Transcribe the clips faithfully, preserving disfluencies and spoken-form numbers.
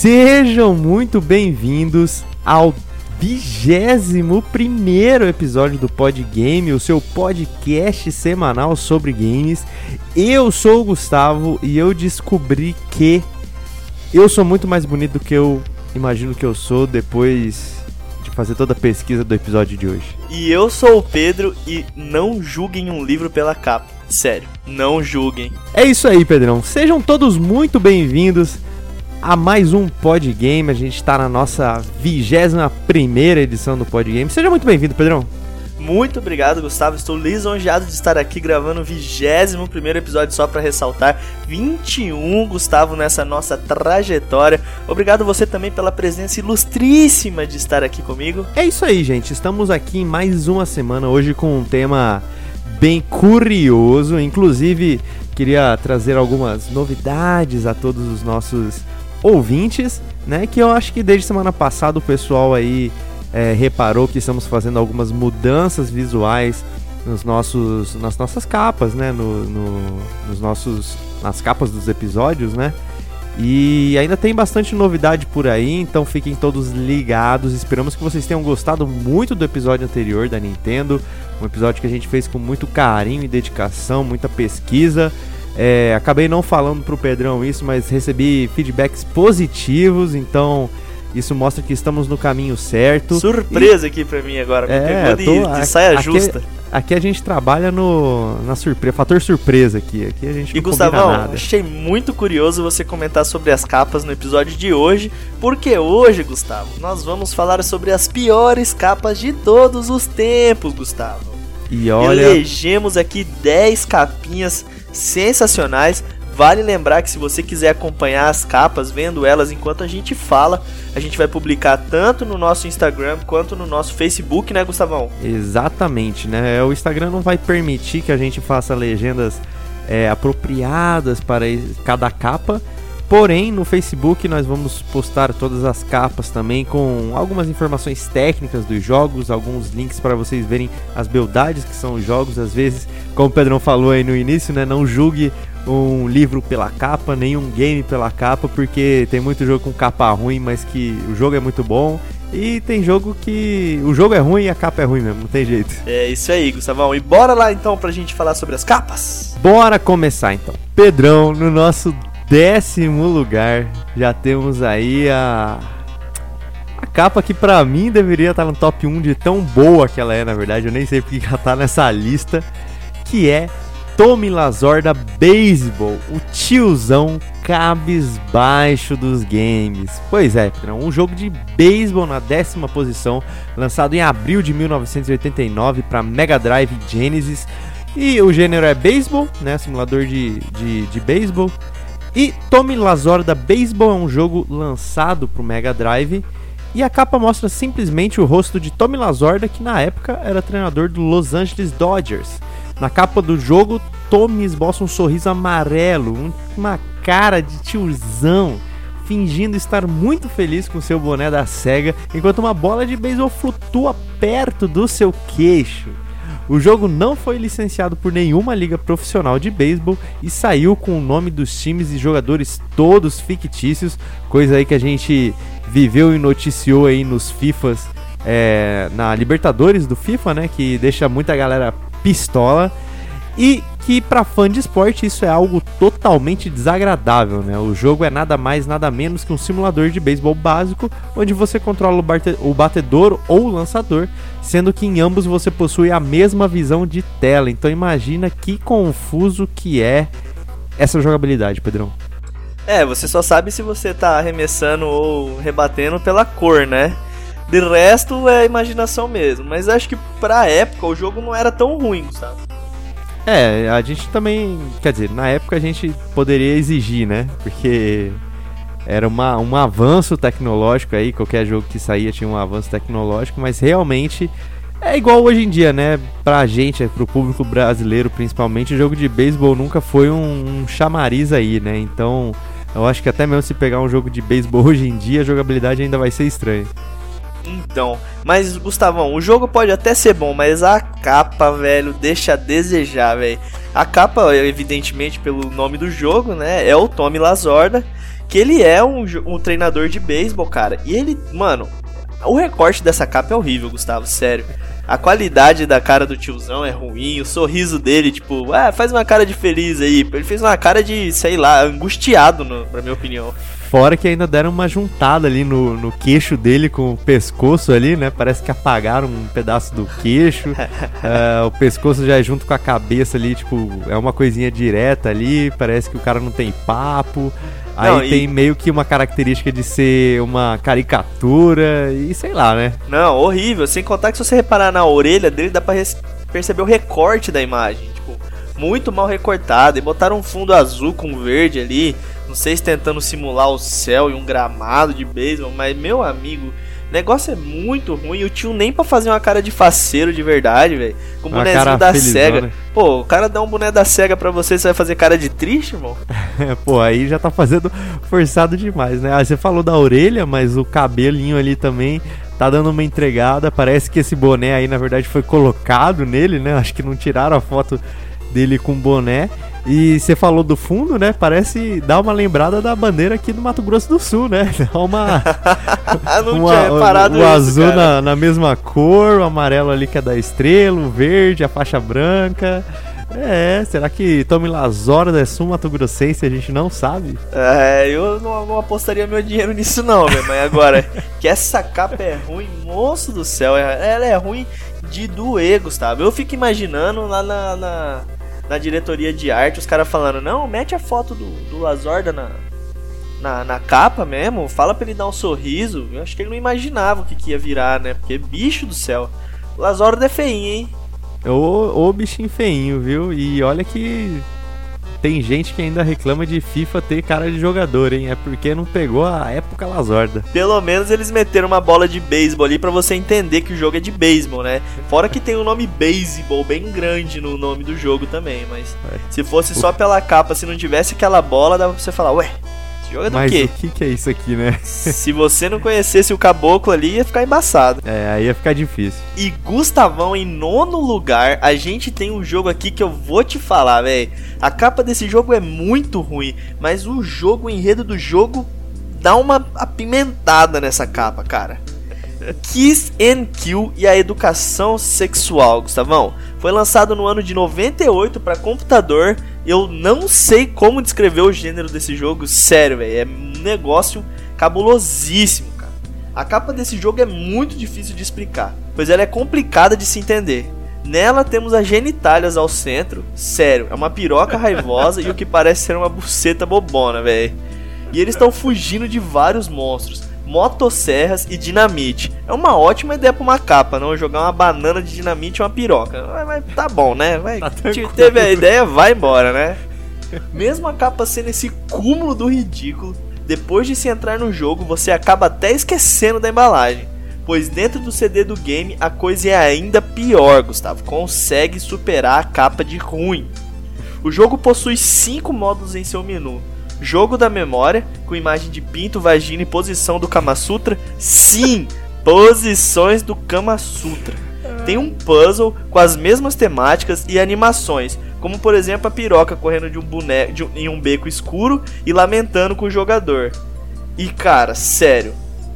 Sejam muito bem-vindos ao vigésimo primeiro episódio do Pod Game, o seu podcast semanal sobre games. Eu sou o Gustavo e eu descobri que eu sou muito mais bonito do que eu imagino que eu sou depois de fazer toda a pesquisa do episódio de hoje. E eu sou o Pedro e não julguem um livro pela capa. Sério, não julguem. É isso aí, Pedrão. Sejam todos muito bem-vindos a mais um Pod Game. A gente está na nossa vigésima primeira edição do Pod Game. Seja muito bem-vindo, Pedrão. Muito obrigado, Gustavo. Estou lisonjeado de estar aqui gravando o vigésimo primeiro episódio, só para ressaltar. vinte e um, Gustavo, nessa nossa trajetória. Obrigado você também pela presença ilustríssima de estar aqui comigo. É isso aí, gente. Estamos aqui em mais uma semana, hoje com um tema bem curioso. Inclusive, queria trazer algumas novidades a todos os nossos ouvintes, né? Que eu acho que desde semana passada o pessoal aí é, reparou que estamos fazendo algumas mudanças visuais nos nossos, nas nossas capas, né? No, no, nos nossos, nas capas dos episódios, né? E ainda tem bastante novidade por aí, então fiquem todos ligados. Esperamos que vocês tenham gostado muito do episódio anterior da Nintendo, um episódio que a gente fez com muito carinho e dedicação, muita pesquisa. É, acabei não falando pro Pedrão isso, mas recebi feedbacks positivos, então isso mostra que estamos no caminho certo. Surpresa e... aqui pra mim agora, me é, pegou de, tô... de saia aqui, justa. Aqui a gente trabalha no, na surpresa, fator surpresa aqui, aqui a gente e não Gustavão, combina nada. Achei muito curioso você comentar sobre as capas no episódio de hoje, porque hoje, Gustavo, nós vamos falar sobre as piores capas de todos os tempos, Gustavo. E olha... Elegemos aqui dez capinhas sensacionais. Vale lembrar que se você quiser acompanhar as capas, vendo elas enquanto a gente fala, a gente vai publicar tanto no nosso Instagram quanto no nosso Facebook, né, Gustavão? Exatamente, né? O Instagram não vai permitir que a gente faça legendas é, apropriadas para cada capa, porém no Facebook nós vamos postar todas as capas também com algumas informações técnicas dos jogos, alguns links para vocês verem as beldades que são os jogos. Às vezes, como o Pedrão falou aí no início, né, não julgue um livro pela capa, nem um game pela capa, porque tem muito jogo com capa ruim, mas que o jogo é muito bom. E tem jogo que o jogo é ruim e a capa é ruim mesmo, não tem jeito. É isso aí, Gustavão. E bora lá então pra gente falar sobre as capas? Bora começar então. Pedrão, no nosso décimo lugar, já temos aí a... a capa que pra mim deveria estar no top um de tão boa que ela é, na verdade. Eu nem sei porque ela tá nessa lista, que é Tommy Lasorda Baseball, o tiozão cabisbaixo dos games. Pois é, um jogo de beisebol na décima posição, lançado em abril de mil novecentos e oitenta e nove para Mega Drive e Genesis. E o gênero é beisebol, né, simulador de, de, de beisebol. E Tommy Lasorda Baseball é um jogo lançado para o Mega Drive. E a capa mostra simplesmente o rosto de Tommy Lasorda, que na época era treinador do Los Angeles Dodgers. Na capa do jogo, Tommy esboça um sorriso amarelo, uma cara de tiozão, fingindo estar muito feliz com seu boné da Sega, enquanto uma bola de beisebol flutua perto do seu queixo. O jogo não foi licenciado por nenhuma liga profissional de beisebol e saiu com o nome dos times e jogadores todos fictícios, coisa aí que a gente viveu e noticiou aí nos FIFAs, é, na Libertadores do FIFA, né, que deixa muita galera pistola, e que para fã de esporte isso é algo totalmente desagradável, né? O jogo é nada mais, nada menos que um simulador de beisebol básico, onde você controla o, bate- o batedor ou o lançador, sendo que em ambos você possui a mesma visão de tela. Então imagina que confuso que é essa jogabilidade, Pedrão. É, você só sabe se você tá arremessando ou rebatendo pela cor, né? De resto é imaginação mesmo, mas acho que pra época o jogo não era tão ruim, Gustavo. É, a gente também, quer dizer, na época a gente poderia exigir, né? Porque era uma, um avanço tecnológico aí, qualquer jogo que saía tinha um avanço tecnológico, mas realmente é igual hoje em dia, né? Pra gente, pro público brasileiro principalmente, o jogo de beisebol nunca foi um, um chamariz aí, né? Então eu acho que até mesmo se pegar um jogo de beisebol hoje em dia, a jogabilidade ainda vai ser estranha. Então, mas Gustavão, o jogo pode até ser bom, mas a capa, velho, deixa a desejar, velho. A capa, evidentemente, pelo nome do jogo, né, é o Tommy Lasorda. que ele é um, um treinador de beisebol, cara. E ele, mano, o recorte dessa capa é horrível, Gustavo, sério. A qualidade da cara do tiozão é ruim, o sorriso dele, tipo, ah, faz uma cara de feliz aí. Ele fez uma cara de, sei lá, angustiado, no, pra minha opinião. Fora que ainda deram uma juntada ali no, no queixo dele com o pescoço ali, né? Parece que apagaram um pedaço do queixo. uh, o pescoço já é junto com a cabeça ali, tipo, é uma coisinha direta ali. Parece que o cara não tem papo. Aí não, tem e... meio que uma característica de ser uma caricatura e sei lá, né? Não, horrível. Sem contar que se você reparar na orelha dele, dá pra res... perceber o recorte da imagem. Tipo, muito mal recortado. E botaram um fundo azul com verde ali. Não sei se tentando simular o céu e um gramado de beisebol, mas, meu amigo, o negócio é muito ruim. O tio nem pra fazer uma cara de faceiro de verdade, velho. Com o bonezinho da SEGA. Pô, o cara dá um boné da SEGA pra você, você vai fazer cara de triste, irmão? Pô, aí já tá fazendo forçado demais, né? Ah, você falou da orelha, mas o cabelinho ali também tá dando uma entregada. Parece que esse boné aí, na verdade, foi colocado nele, né? Acho que não tiraram a foto dele com boné. E você falou do fundo, né? Parece dar uma lembrada da bandeira aqui do Mato Grosso do Sul, né? Dá uma... não uma, tinha reparado o, o isso, azul na, na mesma cor, o amarelo ali que é da estrela, o verde, a faixa branca. É, será que Tommy Lasorda é sul mato-grossense, a gente não sabe? É, eu não, não apostaria meu dinheiro nisso não, meu, mas agora, que essa capa é ruim, moço do céu, ela é ruim de doer, Gustavo. Eu fico imaginando lá na... na... na diretoria de arte, os caras falando, não, mete a foto do, do Lasorda na, na, na capa mesmo, fala pra ele dar um sorriso. Eu acho que ele não imaginava o que, que ia virar, né? Porque bicho do céu, o Lasorda é feinho, hein? Ô, ô bichinho feinho, viu? E olha que tem gente que ainda reclama de FIFA ter cara de jogador, hein? É porque não pegou a época Lasorda. Pelo menos eles meteram uma bola de beisebol ali pra você entender que o jogo é de beisebol, né? Fora que tem o nome beisebol bem grande no nome do jogo também, mas é. Se fosse só pela capa, se não tivesse aquela bola, dava pra você falar, ué, esse jogo é do mas quê? Mas o que, que é isso aqui, né? Se você não conhecesse o caboclo ali, ia ficar embaçado. É, aí ia ficar difícil. E Gustavão, em nono lugar, a gente tem um jogo aqui que eu vou te falar, velho. A capa desse jogo é muito ruim, mas o jogo, o enredo do jogo, dá uma apimentada nessa capa, cara. Kiss and Kill e a educação sexual, Gustavão. Foi lançado no ano de noventa e oito para computador. Eu não sei como descrever o gênero desse jogo, sério, velho. É um negócio cabulosíssimo, cara. A capa desse jogo é muito difícil de explicar, pois ela é complicada de se entender. Nela temos as genitálias ao centro, sério, é uma piroca raivosa e o que parece ser uma buceta bobona, velho. E eles estão fugindo de vários monstros, motosserras e dinamite. É uma ótima ideia pra uma capa, não? Jogar uma banana de dinamite e uma piroca. Mas, mas tá bom, né? Vai, tá teve a ideia, vai embora, né? Mesmo a capa sendo esse cúmulo do ridículo, depois de se entrar no jogo, você acaba até esquecendo da embalagem. Pois dentro do C D do game a coisa é ainda pior, Gustavo. Consegue superar a capa de ruim. O jogo possui cinco módulos em seu menu. Jogo da memória, com imagem de pinto, vagina e posição do Kama Sutra. Sim, posições do Kama Sutra. Tem um puzzle com as mesmas temáticas e animações, como por exemplo a piroca correndo de um boneco de um, em um beco escuro e lamentando com o jogador. E cara, sério,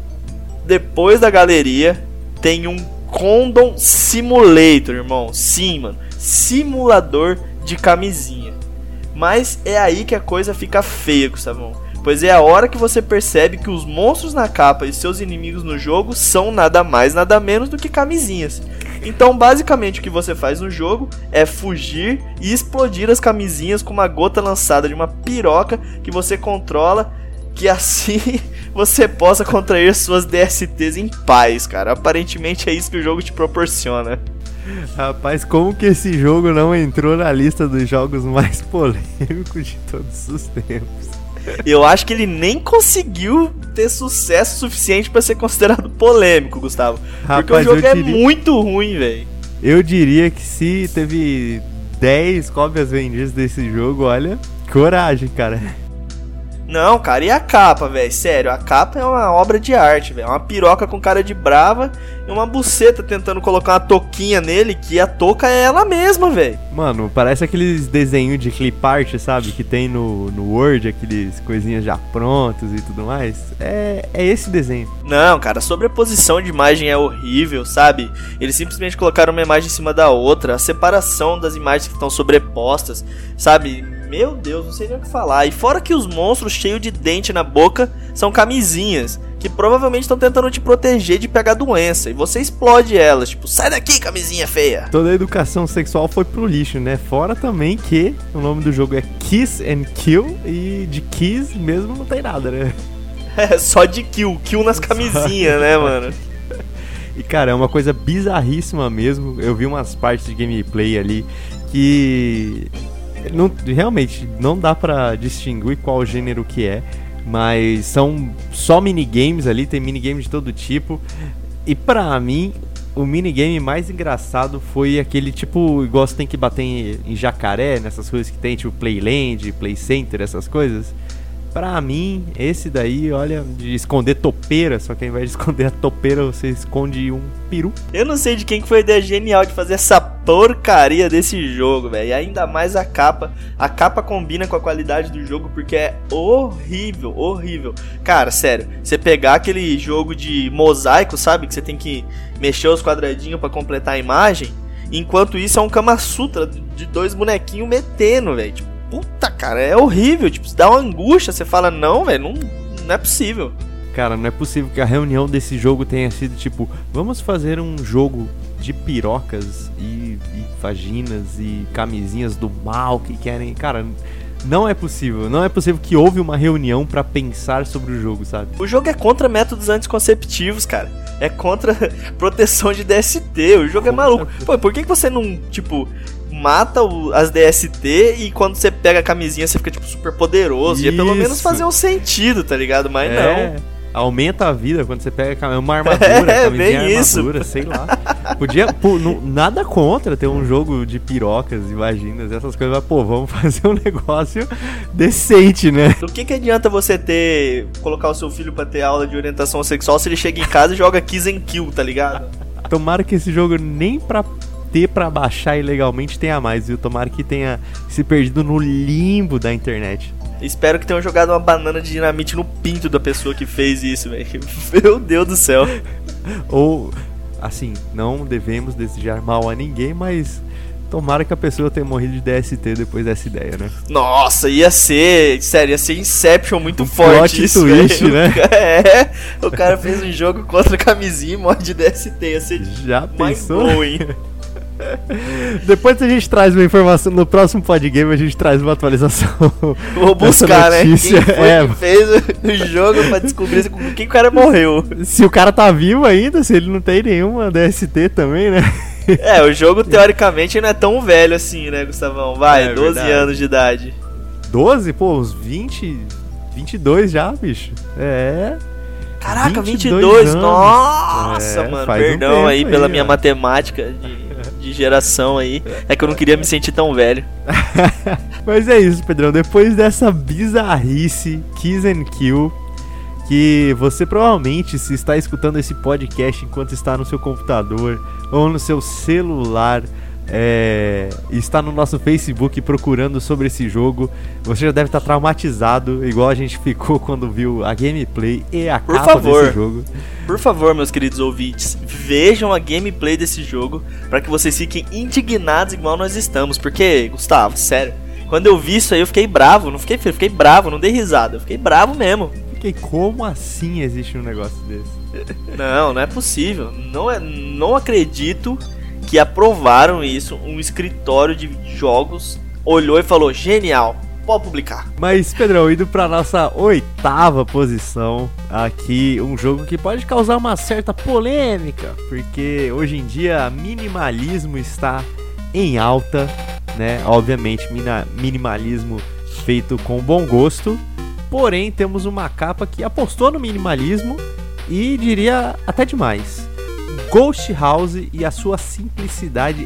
depois da galeria tem um Condom Simulator, irmão. Sim, mano, simulador de camisinha. Mas é aí que a coisa fica feia, Gustavão. Pois é a hora que você percebe que os monstros na capa e seus inimigos no jogo são nada mais, nada menos do que camisinhas. Então, basicamente, o que você faz no jogo é fugir e explodir as camisinhas com uma gota lançada de uma piroca que você controla, que assim você possa contrair suas D S Ts em paz, cara. Aparentemente é isso que o jogo te proporciona. Rapaz, como que esse jogo não entrou na lista dos jogos mais polêmicos de todos os tempos? Eu acho que ele nem conseguiu ter sucesso suficiente pra ser considerado polêmico, Gustavo. Porque Rapaz, o jogo é diria... muito ruim, velho. Eu diria que se teve dez cópias vendidas desse jogo, olha, coragem, cara. Não, cara, e a capa, velho? Sério, a capa é uma obra de arte, velho. Uma piroca com cara de brava e uma buceta tentando colocar uma touquinha nele, que a touca é ela mesma, velho. Mano, parece aqueles desenhos de clip art, sabe? Que tem no, no Word, aqueles coisinhas já prontos e tudo mais. É, é esse desenho. Não, cara, a sobreposição de imagem é horrível, sabe? Eles simplesmente colocaram uma imagem em cima da outra. A separação das imagens que estão sobrepostas, sabe? Meu Deus, não sei nem o que falar. E fora que os monstros cheios de dente na boca são camisinhas, que provavelmente estão tentando te proteger de pegar doença. E você explode elas, tipo, sai daqui, camisinha feia. Toda a educação sexual foi pro lixo, né? Fora também que o nome do jogo é Kiss and Kill, e de Kiss mesmo não tem nada, né? É, só de kill, kill nas camisinhas, né, mano? E cara, é uma coisa bizarríssima mesmo. Eu vi umas partes de gameplay ali que... Não, realmente, não dá pra distinguir qual gênero que é, mas são só minigames ali, tem minigames de todo tipo. E pra mim, o minigame mais engraçado foi aquele tipo, igual você tem que bater em, em jacaré, nessas coisas que tem, tipo Playland, Play Center, essas coisas. Pra mim, esse daí, olha, de esconder topeira, só que ao invés de esconder a topeira, você esconde um peru. Eu não sei de quem que foi a ideia genial de fazer essa porcaria desse jogo, velho. E ainda mais a capa. A capa combina com a qualidade do jogo porque é horrível, horrível. Cara, sério, você pegar aquele jogo de mosaico, sabe? Que você tem que mexer os quadradinhos pra completar a imagem. Enquanto isso é um Kama Sutra de dois bonequinhos metendo, velho. Tipo, puta, cara, é horrível, tipo, se dá uma angústia, você fala, não, velho, não, não é possível. Cara, não é possível que a reunião desse jogo tenha sido tipo, vamos fazer um jogo de pirocas e, e vaginas e camisinhas do mal que querem... Cara, não é possível, não é possível que houve uma reunião pra pensar sobre o jogo, sabe? O jogo é contra métodos anticonceptivos, cara. É contra proteção de D S T, o jogo é maluco. Pô, por que que você não, tipo... mata o, as D S T e quando você pega a camisinha você fica tipo super poderoso? Ia pelo menos fazer um sentido, tá ligado? Mas é, não. Aumenta a vida quando você pega uma armadura, é, camisinha bem armadura, isso. Sei lá. Podia, pô, não, nada contra ter um jogo de pirocas e vaginas, essas coisas, mas pô, vamos fazer um negócio decente, né? Do que que adianta você ter, colocar o seu filho pra ter aula de orientação sexual se ele chega em casa e joga Kiss and Kill, tá ligado? Tomara que esse jogo nem pra ter pra baixar ilegalmente tenha mais, viu? Tomara que tenha se perdido no limbo da internet. Espero que tenham jogado uma banana de dinamite no pinto da pessoa que fez isso, velho. Meu Deus do céu. Ou, assim, não devemos desejar mal a ninguém, mas tomara que a pessoa tenha morrido de D S T depois dessa ideia, né? Nossa, ia ser, sério, ia ser Inception muito um forte plot isso, twist, véio. Né? É, o cara fez um jogo contra a camisinha e morre de D S T, ia ser já pensou? Blowing. Depois a gente traz uma informação, no próximo podgame a gente traz uma atualização. Vou buscar, né? Quem foi é. que fez o jogo pra descobrir com quem o cara morreu. Se o cara tá vivo ainda, se ele não tem nenhuma D S T também, né? É, o jogo teoricamente não é tão velho assim, né, Gustavão? Vai, é, doze verdade. Anos de idade. doze? Pô, uns vinte, vinte e dois já, bicho. É... Caraca, vinte e dois, nossa, é, mano, perdão um aí pela aí, minha ó. matemática de, de geração aí, é que eu não queria me sentir tão velho. Mas é isso, Pedrão, depois dessa bizarrice, Kiss and Kill, que você provavelmente, se está escutando esse podcast enquanto está no seu computador ou no seu celular, É, está no nosso Facebook procurando sobre esse jogo, você já deve estar traumatizado, igual a gente ficou quando viu a gameplay e a Por capa favor. desse jogo. Por favor, meus queridos ouvintes, vejam a gameplay desse jogo para que vocês fiquem indignados igual nós estamos. Porque, Gustavo, sério, quando eu vi isso aí eu fiquei bravo, não fiquei fiquei bravo, não dei risada, eu fiquei bravo mesmo. Fiquei, como assim existe um negócio desse? Não, não é possível, não, é, não acredito que aprovaram isso, um escritório de jogos olhou e falou, genial, pode publicar. Mas, Pedrão, indo pra nossa oitava posição, aqui um jogo que pode causar uma certa polêmica, porque hoje em dia minimalismo está em alta, né? Obviamente, minimalismo feito com bom gosto, porém temos uma capa que apostou no minimalismo e diria até demais. Ghost House e a sua simplicidade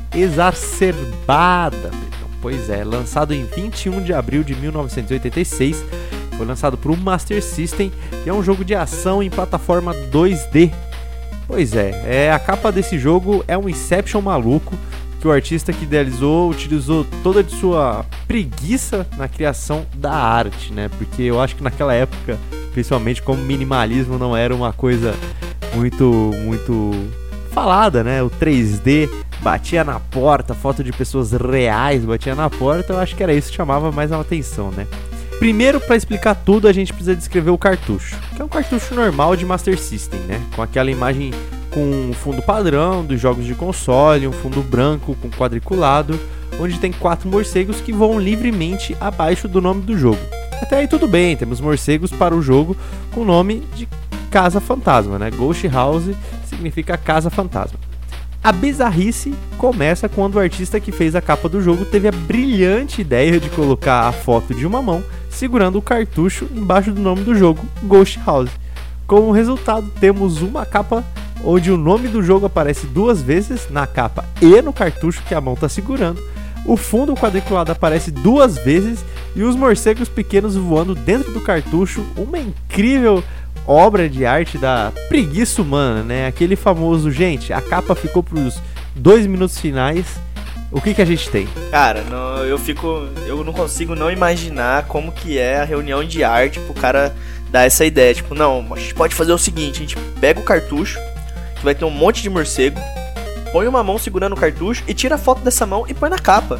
exacerbada. Pois é, lançado em vinte e um de abril de mil novecentos e oitenta e seis, Foi lançado para o Master System e é um jogo de ação em plataforma dois D. Pois é, é, a capa desse jogo é um Inception maluco, que o artista que idealizou utilizou toda de sua preguiça na criação da arte, né? Porque eu acho que naquela época, principalmente como minimalismo não era uma coisa muito, muito falada, né? O três D batia na porta, foto de pessoas reais batia na porta, eu acho que era isso que chamava mais a atenção, né? Primeiro, para explicar tudo, a gente precisa descrever o cartucho, que é um cartucho normal de Master System, né? Com aquela imagem com um fundo padrão dos jogos de console, um fundo branco com quadriculado, onde tem quatro morcegos que voam livremente abaixo do nome do jogo. Até aí tudo bem, temos morcegos para o jogo com o nome de Casa Fantasma, né? Ghost House significa Casa Fantasma. A bizarrice começa quando o artista que fez a capa do jogo teve a brilhante ideia de colocar a foto de uma mão segurando o cartucho embaixo do nome do jogo, Ghost House. Como resultado, temos uma capa onde o nome do jogo aparece duas vezes na capa e no cartucho que a mão está segurando. O fundo quadriculado aparece duas vezes e os morcegos pequenos voando dentro do cartucho. Uma incrível obra de arte da preguiça humana, né? Aquele famoso, gente, a capa ficou para os dois minutos finais. O que que a gente tem? Cara, não, eu fico, eu não consigo não imaginar como que é a reunião de arte pro cara dar essa ideia. Tipo, não, a gente pode fazer o seguinte, a gente pega o cartucho, que vai ter um monte de morcego, põe uma mão segurando o cartucho e tira a foto dessa mão e põe na capa.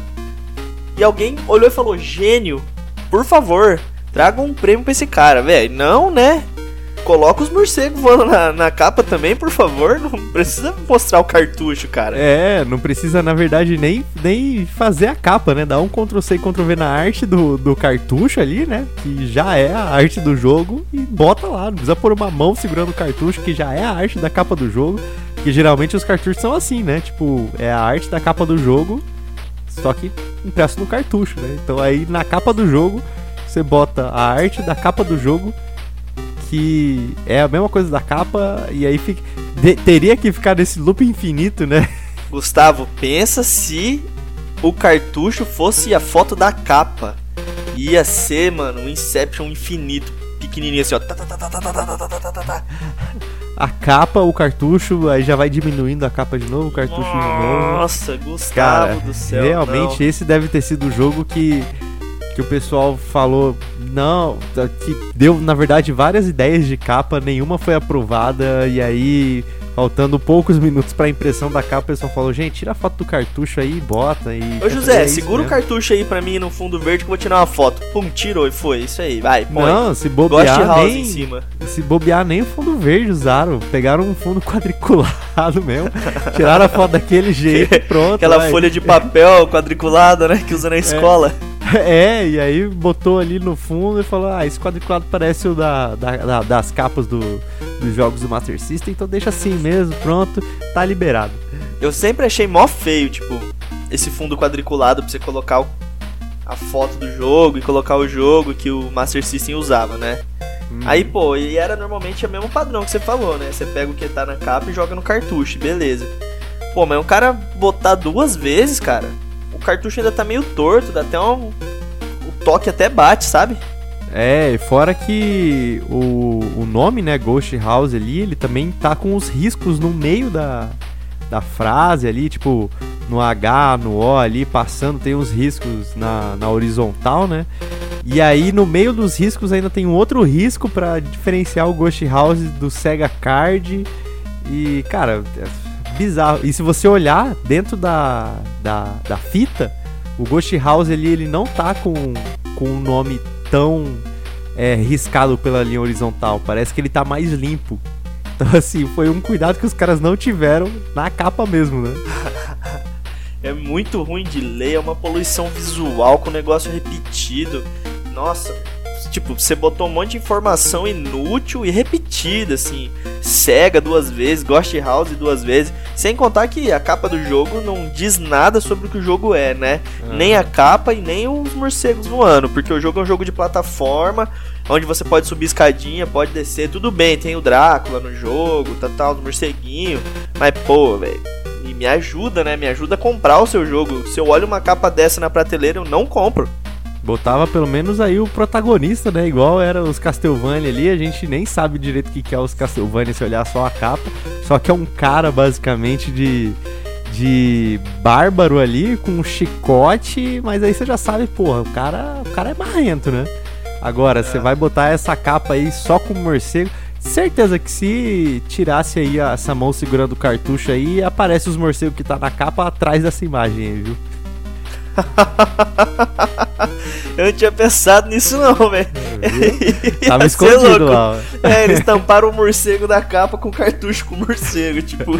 E alguém olhou e falou, gênio, por favor, traga um prêmio pra esse cara, velho. Não, né? Coloca os morcegos voando na, na capa também, por favor. Não precisa mostrar o cartucho, cara. É, não precisa, na verdade, nem, nem fazer a capa, né? Dá um control C e control V na arte do, do cartucho ali, né? Que já é a arte do jogo e bota lá. Não precisa pôr uma mão segurando o cartucho, que já é a arte da capa do jogo. Que geralmente os cartuchos são assim, né? Tipo, é a arte da capa do jogo, só que impresso no cartucho, né? Então aí na capa do jogo, você bota a arte da capa do jogo, que é a mesma coisa da capa, e aí fica, de, teria que ficar nesse loop infinito, né? Gustavo, pensa se o cartucho fosse a foto da capa. Ia ser, mano, um Inception infinito, pequenininho assim, ó. Tá, tá, tá, tá, tá, tá, tá, tá, tá. A capa, o cartucho, aí já vai diminuindo a capa de novo, o cartucho de novo. Nossa, Gustavo Cara, do céu. Realmente não. Esse deve ter sido o jogo que, que o pessoal falou, não, que deu na verdade várias ideias de capa, nenhuma foi aprovada, e aí, faltando poucos minutos pra impressão da capa, o pessoal falou, gente, tira a foto do cartucho aí e bota. E Ô José, é segura o cartucho aí pra mim no fundo verde que eu vou tirar uma foto. Pum, tirou e foi, isso aí, vai, põe. Não, se bobear Ghost House nem, em cima. se bobear nem o fundo verde usaram, pegaram um fundo quadriculado mesmo, tiraram a foto daquele jeito e pronto. Aquela vai. folha de papel quadriculada, né, que usa na escola. É, e aí botou ali no fundo e falou, ah, esse quadriculado parece o da, da, da, das capas do, dos jogos do Master System, então deixa assim mesmo, pronto, tá liberado. Eu sempre achei mó feio, tipo, esse fundo quadriculado pra você colocar o, a foto do jogo e colocar o jogo que o Master System usava, né? Hum. Aí, pô, e era normalmente o mesmo padrão que você falou, né? Você pega o que tá na capa e joga no cartucho, beleza. Pô, mas o cara botar duas vezes, cara, o cartucho ainda tá meio torto, dá até um... o toque até bate, sabe? É, e fora que o, o nome, né, Ghost House ali, ele também tá com os riscos no meio da, da frase ali, tipo, no H, no O ali, passando, tem uns riscos na, na horizontal, né? E aí no meio dos riscos ainda tem um outro risco pra diferenciar o Ghost House do Sega Card. E, cara, é bizarro. E se você olhar dentro da, da, da fita, o Ghost House ali, ele não tá com, com um nome tão é, riscado pela linha horizontal. Parece que ele tá mais limpo. Então, assim, foi um cuidado que os caras não tiveram na capa mesmo, né? É muito ruim de ler, é uma poluição visual com negócio repetido. Nossa, tipo, você botou um monte de informação inútil e repetida, assim. Sega duas vezes, Ghost House duas vezes. Sem contar que a capa do jogo não diz nada sobre o que o jogo é, né? Ah. Nem a capa e nem os morcegos voando. Porque o jogo é um jogo de plataforma, onde você pode subir escadinha, pode descer. Tudo bem, tem o Drácula no jogo, tá, tá, os morceguinhos. Mas, pô, velho, me, me ajuda, né? Me ajuda a comprar o seu jogo. Se eu olho uma capa dessa na prateleira, eu não compro. Botava pelo menos aí o protagonista, né? Igual era os Castlevania ali, a gente nem sabe direito o que, que é os Castlevania se olhar só a capa. Só que é um cara basicamente de, de bárbaro ali, com um chicote, mas aí você já sabe, porra, o cara, o cara é marrento, né? Agora, você é. vai botar essa capa aí só com morcego. Certeza que se tirasse aí essa mão segurando o cartucho aí, aparece os morcegos que tá na capa atrás dessa imagem aí, viu? Eu não tinha pensado nisso não, velho. Tava escondido lá. É, eles tamparam o morcego da capa com cartucho com morcego, tipo.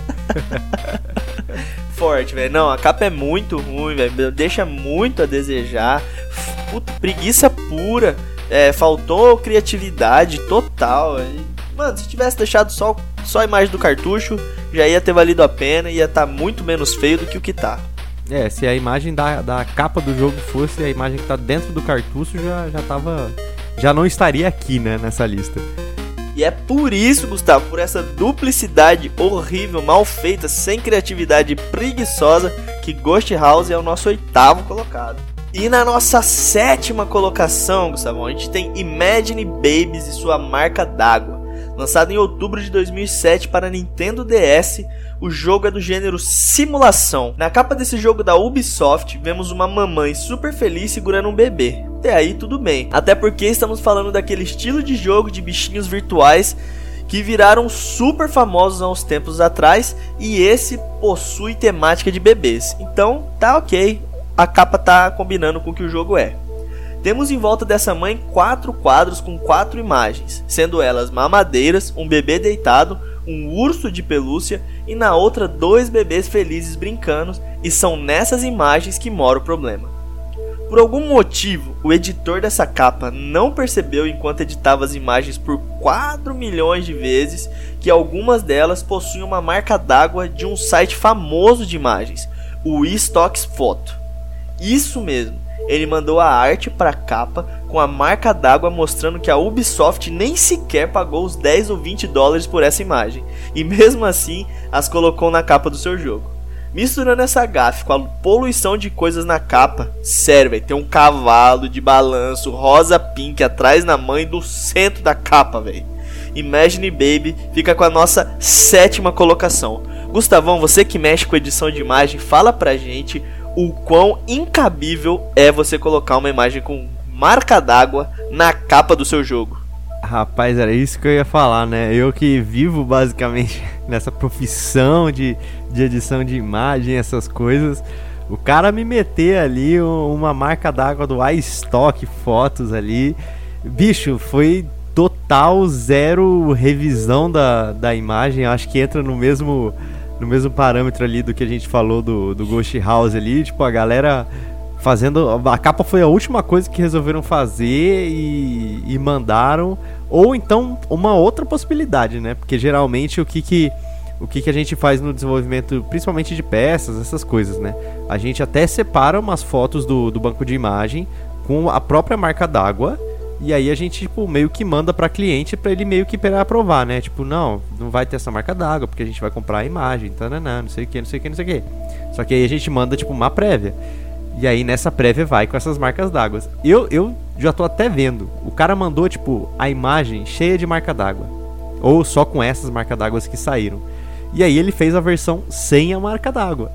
Forte, velho. Não, a capa é muito ruim, velho. Deixa muito a desejar. Puta, preguiça pura. É, faltou criatividade total. Mano, se tivesse deixado só, só a imagem do cartucho, já ia ter valido a pena e ia estar tá muito menos feio do que o que tá. É, se a imagem da, da capa do jogo fosse a imagem que tá dentro do cartucho, já, já tava. Já não estaria aqui, né, nessa lista. E é por isso, Gustavo, por essa duplicidade horrível, mal feita, sem criatividade e preguiçosa, que Ghost House é o nosso oitavo colocado. E na nossa sétima colocação, Gustavo, a gente tem Imagine Babies e sua marca d'água. Lançado em outubro de dois mil e sete para Nintendo D S, o jogo é do gênero simulação. Na capa desse jogo da Ubisoft, vemos uma mamãe super feliz segurando um bebê. Até aí tudo bem, até porque estamos falando daquele estilo de jogo de bichinhos virtuais que viraram super famosos há uns tempos atrás, e esse possui temática de bebês. Então tá ok, a capa tá combinando com o que o jogo é. Temos em volta dessa mãe quatro quadros com quatro imagens, sendo elas mamadeiras, um bebê deitado, um urso de pelúcia e na outra dois bebês felizes brincando, e são nessas imagens que mora o problema. Por algum motivo, o editor dessa capa não percebeu enquanto editava as imagens por quatro milhões de vezes que algumas delas possuem uma marca d'água de um site famoso de imagens, o eStocks Photo. Isso mesmo. Ele mandou a arte para a capa com a marca d'água mostrando que a Ubisoft nem sequer pagou os dez ou vinte dólares por essa imagem, e mesmo assim as colocou na capa do seu jogo. Misturando essa gafe com a poluição de coisas na capa, sério, véio, tem um cavalo de balanço rosa pink atrás na mãe do centro da capa, velho. Imagine Baby fica com a nossa sétima colocação. Gustavão, você que mexe com edição de imagem, fala pra gente o quão incabível é você colocar uma imagem com marca d'água na capa do seu jogo. Rapaz, era isso que eu ia falar, né? Eu que vivo basicamente nessa profissão de, de edição de imagem, essas coisas. O cara me meter ali uma marca d'água do iStock Fotos ali, bicho, foi total zero revisão da, da imagem. Acho que entra no mesmo... no mesmo parâmetro ali do que a gente falou do, do Ghost House ali, tipo, a galera fazendo... A capa foi a última coisa que resolveram fazer e, e mandaram. Ou então, uma outra possibilidade, né? Porque geralmente o que que, o que que a gente faz no desenvolvimento, principalmente de peças, essas coisas, né? A gente até separa umas fotos do, do banco de imagem com a própria marca d'água. E aí a gente, tipo, meio que manda pra cliente pra ele meio que aprovar, né? Tipo, não, não vai ter essa marca d'água, porque a gente vai comprar a imagem, tananã, não sei o que, não sei o que, não sei o que. Só que aí a gente manda, tipo, uma prévia. E aí nessa prévia vai com essas marcas d'água. Eu, eu já tô até vendo. O cara mandou, tipo, a imagem cheia de marca d'água. Ou só com essas marcas d'água que saíram. E aí ele fez a versão sem a marca d'água.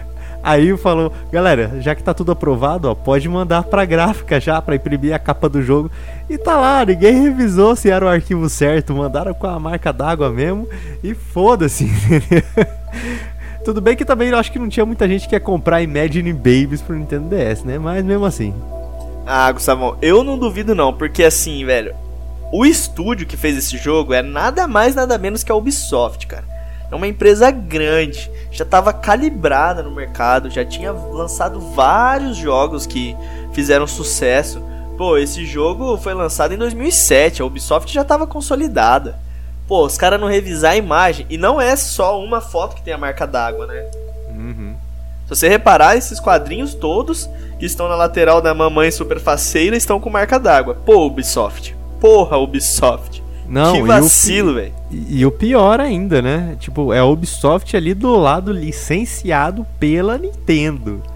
Aí falou, galera, já que tá tudo aprovado, ó, pode mandar pra gráfica já, pra imprimir a capa do jogo. E tá lá, ninguém revisou se era o arquivo certo, mandaram com a marca d'água mesmo, e foda-se, entendeu? Tudo bem que também eu acho que não tinha muita gente que ia comprar Imagine Babies pro Nintendo D S, né? Mas mesmo assim. Ah, Gustavão, eu não duvido não, porque assim, velho, o estúdio que fez esse jogo é nada mais, nada menos que a Ubisoft, cara. É uma empresa grande, já estava calibrada no mercado, já tinha lançado vários jogos que fizeram sucesso. Pô, esse jogo foi lançado em dois mil e sete, a Ubisoft já estava consolidada. Pô, os caras não revisar a imagem, e não é só uma foto que tem a marca d'água, né? Uhum. Se você reparar, esses quadrinhos todos que estão na lateral da mamãe super faceira estão com marca d'água. Pô, Ubisoft. Porra, Ubisoft. Não, que vacilo, velho. E, e o pior ainda, né? Tipo, é a Ubisoft ali do lado licenciado pela Nintendo.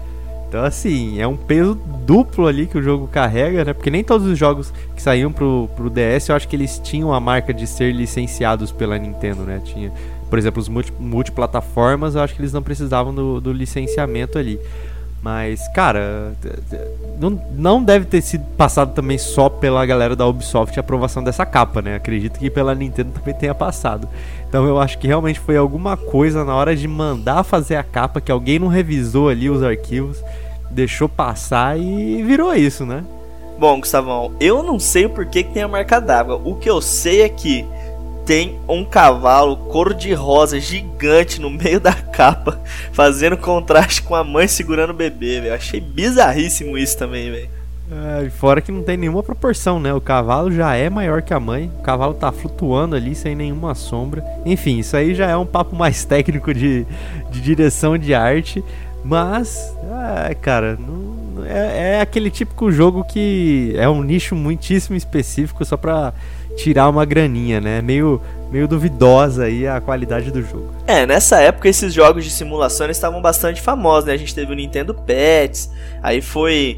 Então, assim, é um peso duplo ali que o jogo carrega, né? Porque nem todos os jogos que saíam pro, pro D S, eu acho que eles tinham a marca de ser licenciados pela Nintendo, né? Tinha, por exemplo, os multi, multiplataformas, eu acho que eles não precisavam do, do licenciamento ali. Mas, cara, não, não deve ter sido passado também só pela galera da Ubisoft a aprovação dessa capa, né? Acredito que pela Nintendo também tenha passado. Então eu acho que realmente foi alguma coisa na hora de mandar fazer a capa, que alguém não revisou ali os arquivos, deixou passar e virou isso, né? Bom, Gustavão, eu não sei o porquê que tem a marca d'água. O que eu sei é que tem um cavalo cor-de-rosa gigante no meio da capa, fazendo contraste com a mãe segurando o bebê, velho. Achei bizarríssimo isso também, velho. É, fora que não tem nenhuma proporção, né? O cavalo já é maior que a mãe, o cavalo tá flutuando ali sem nenhuma sombra. Enfim, isso aí já é um papo mais técnico de, de direção de arte. Mas, é, cara, não, é, é aquele típico jogo que é um nicho muitíssimo específico só pra tirar uma graninha, né? Meio, meio duvidosa aí a qualidade do jogo. É, nessa época esses jogos de simulação estavam bastante famosos, né? A gente teve o Nintendo Pets, aí foi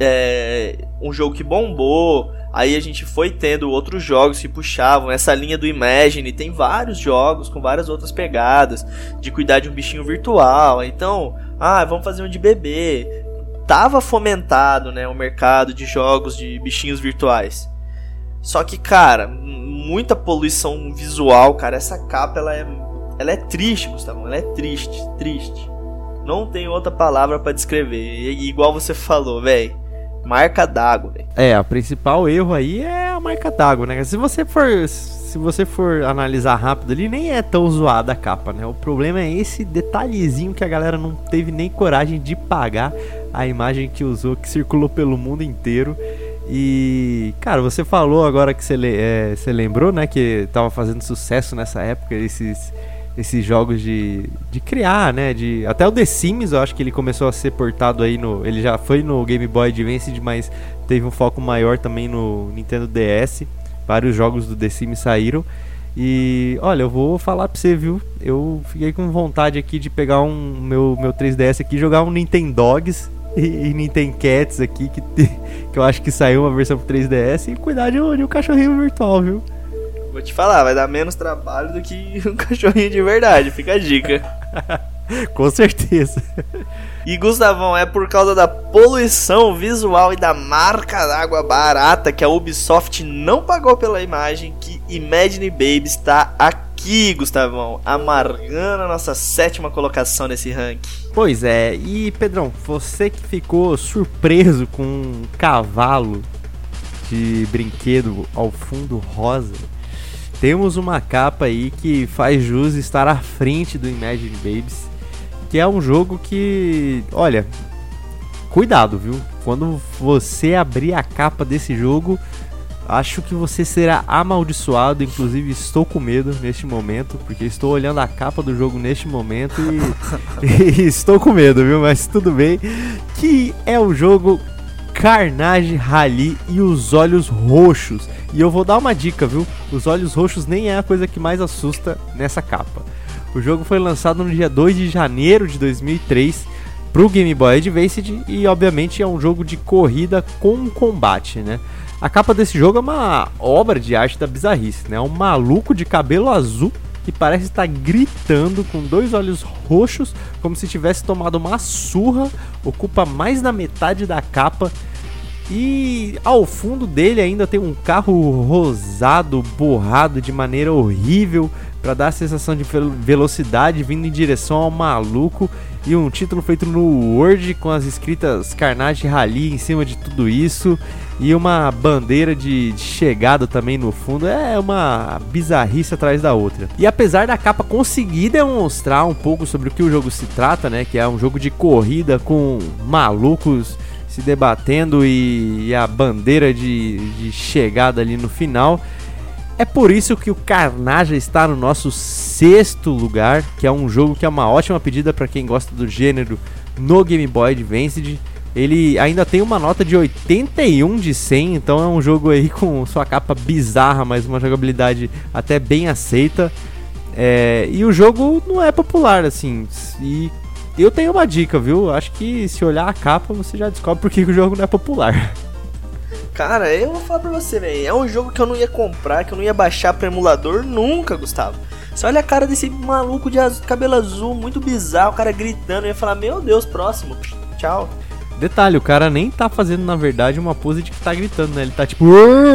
é, um jogo que bombou, aí a gente foi tendo outros jogos que puxavam essa linha do Imagine. Tem vários jogos com várias outras pegadas, de cuidar de um bichinho virtual. Então, ah, vamos fazer um de bebê. Tava fomentado, né, o mercado de jogos de bichinhos virtuais. Só que, cara, muita poluição visual, cara. Essa capa, ela é, ela é triste, Gustavo. Ela é triste, triste. Não tem outra palavra pra descrever. E, igual você falou, velho. Marca d'água, velho. É, o principal erro aí é a marca d'água, né? Se você for, se você for analisar rápido ali, nem é tão zoada a capa, né? O problema é esse detalhezinho que a galera não teve nem coragem de pagar a imagem que usou, que circulou pelo mundo inteiro. E, cara, você falou agora que você, é, você lembrou, né, que tava fazendo sucesso nessa época esses, esses jogos de, de criar, né, de, até o The Sims eu acho que ele começou a ser portado aí no, ele já foi no Game Boy Advance, mas teve um foco maior também no Nintendo D S, vários jogos do The Sims saíram. E, olha, eu vou falar pra você, viu, eu fiquei com vontade aqui de pegar um meu, meu três D S aqui e jogar um Nintendogs e, e Nintendo Cats aqui, que, que eu acho que saiu uma versão pro três D S, e cuidar de um, de um cachorrinho virtual, viu? Vou te falar, vai dar menos trabalho do que um cachorrinho de verdade, fica a dica. Com certeza. E, Gustavão, é por causa da poluição visual e da marca d'água barata que a Ubisoft não pagou pela imagem que Imagine Baby está aqui, Gustavão, amargando a nossa sétima colocação nesse ranking. Pois é, e Pedrão, você que ficou surpreso com um cavalo de brinquedo ao fundo rosa, temos uma capa aí que faz jus estar à frente do Imagine Babies, que é um jogo que, olha, cuidado, viu? Quando você abrir a capa desse jogo, acho que você será amaldiçoado. Inclusive estou com medo neste momento, porque estou olhando a capa do jogo neste momento e, e estou com medo, viu? Mas tudo bem, que é o jogo Carnage Rally e os Olhos Roxos. E eu vou dar uma dica, viu? Os Olhos Roxos nem é a coisa que mais assusta nessa capa. O jogo foi lançado no dia dois de janeiro de dois mil e três pro Game Boy Advance e obviamente é um jogo de corrida com combate, né? A capa desse jogo é uma obra de arte da bizarrice, né? Um maluco de cabelo azul que parece estar gritando com dois olhos roxos, como se tivesse tomado uma surra, ocupa mais da metade da capa. E ao fundo dele ainda tem um carro rosado, borrado de maneira horrível, para dar a sensação de velocidade vindo em direção ao maluco. E um título feito no Word com as escritas Carnage Rally em cima de tudo isso. E uma bandeira de, de chegada também no fundo. É uma bizarrice atrás da outra. E apesar da capa conseguir demonstrar um pouco sobre o que o jogo se trata, né? Que é um jogo de corrida com malucos se debatendo e, e a bandeira de, de chegada ali no final. É por isso que o Carnage está no nosso sexto lugar, que é um jogo que é uma ótima pedida para quem gosta do gênero no Game Boy Advance. Ele ainda tem uma nota de oitenta e um de cem, então é um jogo aí com sua capa bizarra, mas uma jogabilidade até bem aceita. É, e o jogo não é popular, assim, e Eu tenho uma dica, viu? Acho que se olhar a capa, você já descobre por que o jogo não é popular. Cara, eu vou falar pra você, velho. É um jogo que eu não ia comprar, que eu não ia baixar pro emulador nunca, Gustavo. Você olha a cara desse maluco de azul, cabelo azul, muito bizarro, o cara gritando. Eu ia falar, meu Deus, próximo. Tchau. Detalhe, o cara nem tá fazendo, na verdade, uma pose de que tá gritando, né? Ele tá tipo...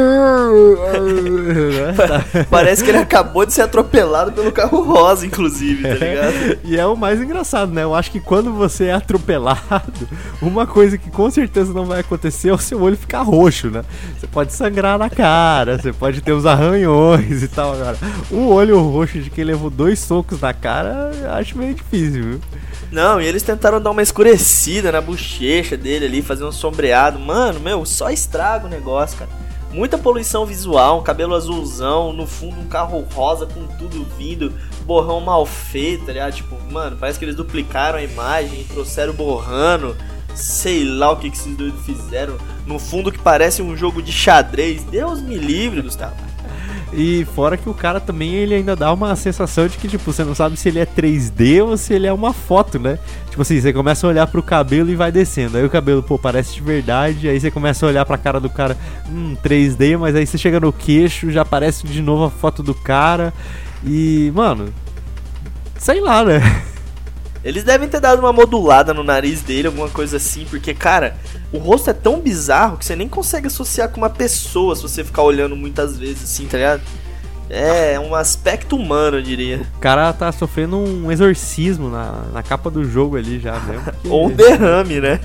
Parece que ele acabou de ser atropelado pelo carro rosa, inclusive, tá ligado? É, e é o mais engraçado, né? Eu acho que quando você é atropelado, uma coisa que com certeza não vai acontecer é o seu olho ficar roxo, né? Você pode sangrar na cara, você pode ter uns arranhões e tal. Agora, um olho roxo de quem levou dois socos na cara, acho meio difícil, viu? Não, e eles tentaram dar uma escurecida na bochecha dele ali, fazer um sombreado. Mano, meu, só estraga o negócio, cara. Muita poluição visual, um cabelo azulzão, no fundo um carro rosa com tudo vindo, borrão mal feito, tá ligado? Tipo, mano, parece que eles duplicaram a imagem, trouxeram borrando, sei lá o que, que esses doidos fizeram. No fundo que parece um jogo de xadrez. Deus me livre, Gustavo. E fora que o cara também, ele ainda dá uma sensação de que, tipo, você não sabe se ele é três D ou se ele é uma foto, né? Tipo assim, você começa a olhar pro cabelo e vai descendo. Aí o cabelo, pô, parece de verdade. Aí você começa a olhar pra cara do cara, hum, três D, mas aí você chega no queixo, já aparece de novo a foto do cara. E, mano, sei lá, né? Eles devem ter dado uma modulada no nariz dele, alguma coisa assim, porque, cara, o rosto é tão bizarro que você nem consegue associar com uma pessoa se você ficar olhando muitas vezes assim, tá ligado? É um aspecto humano, eu diria. O cara tá sofrendo um exorcismo na, na capa do jogo ali já, mesmo. Porque... Ou um derrame, né?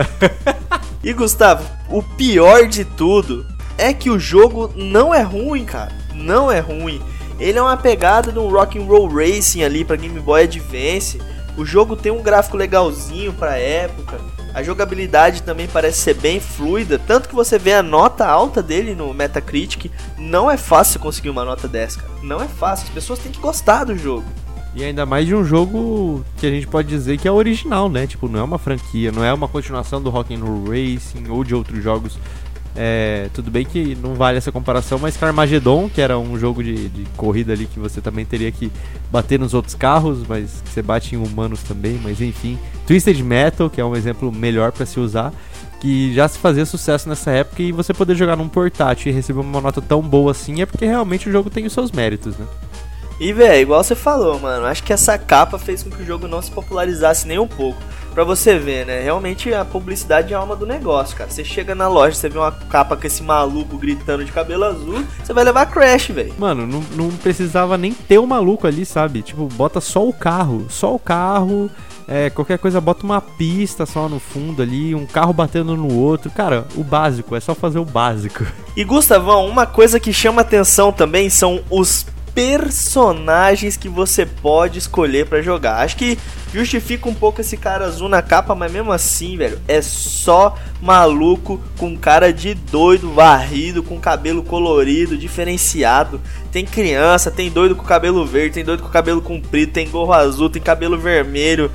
E, Gustavo, o pior de tudo é que o jogo não é ruim, cara. Não é ruim. Ele é uma pegada de um Rock'n'Roll Racing ali pra Game Boy Advance. O jogo tem um gráfico legalzinho pra época. A jogabilidade também parece ser bem fluida. Tanto que você vê a nota alta dele no Metacritic. Não é fácil conseguir uma nota dessa, cara. Não é fácil. As pessoas têm que gostar do jogo. E ainda mais de um jogo que a gente pode dizer que é original, né? Tipo, não é uma franquia, não é uma continuação do Rock'n'Roll Racing ou de outros jogos. É, tudo bem que não vale essa comparação, mas Carmageddon, que era um jogo de, de corrida ali que você também teria que bater nos outros carros, mas você bate em humanos também, mas enfim. Twisted Metal, que é um exemplo melhor para se usar, que já se fazia sucesso nessa época, e você poder jogar num portátil e receber uma nota tão boa assim é porque realmente o jogo tem os seus méritos, né? E, velho, igual você falou, mano, acho que essa capa fez com que o jogo não se popularizasse nem um pouco. Pra você ver, né, realmente a publicidade é a alma do negócio, cara. Você chega na loja, você vê uma capa com esse maluco gritando de cabelo azul, você vai levar Crash, velho. Mano, não, não precisava nem ter o maluco ali, sabe? Tipo, bota só o carro, só o carro, é, qualquer coisa, bota uma pista só no fundo ali, um carro batendo no outro. Cara, o básico, é só fazer o básico. E, Gustavão, uma coisa que chama atenção também são os personagens que você pode escolher pra jogar. Acho que justifica um pouco esse cara azul na capa, mas mesmo assim, velho, é só maluco com cara de doido, varrido, com cabelo colorido, diferenciado. Tem criança, tem doido com cabelo verde, tem doido com cabelo comprido, tem gorro azul, tem cabelo vermelho.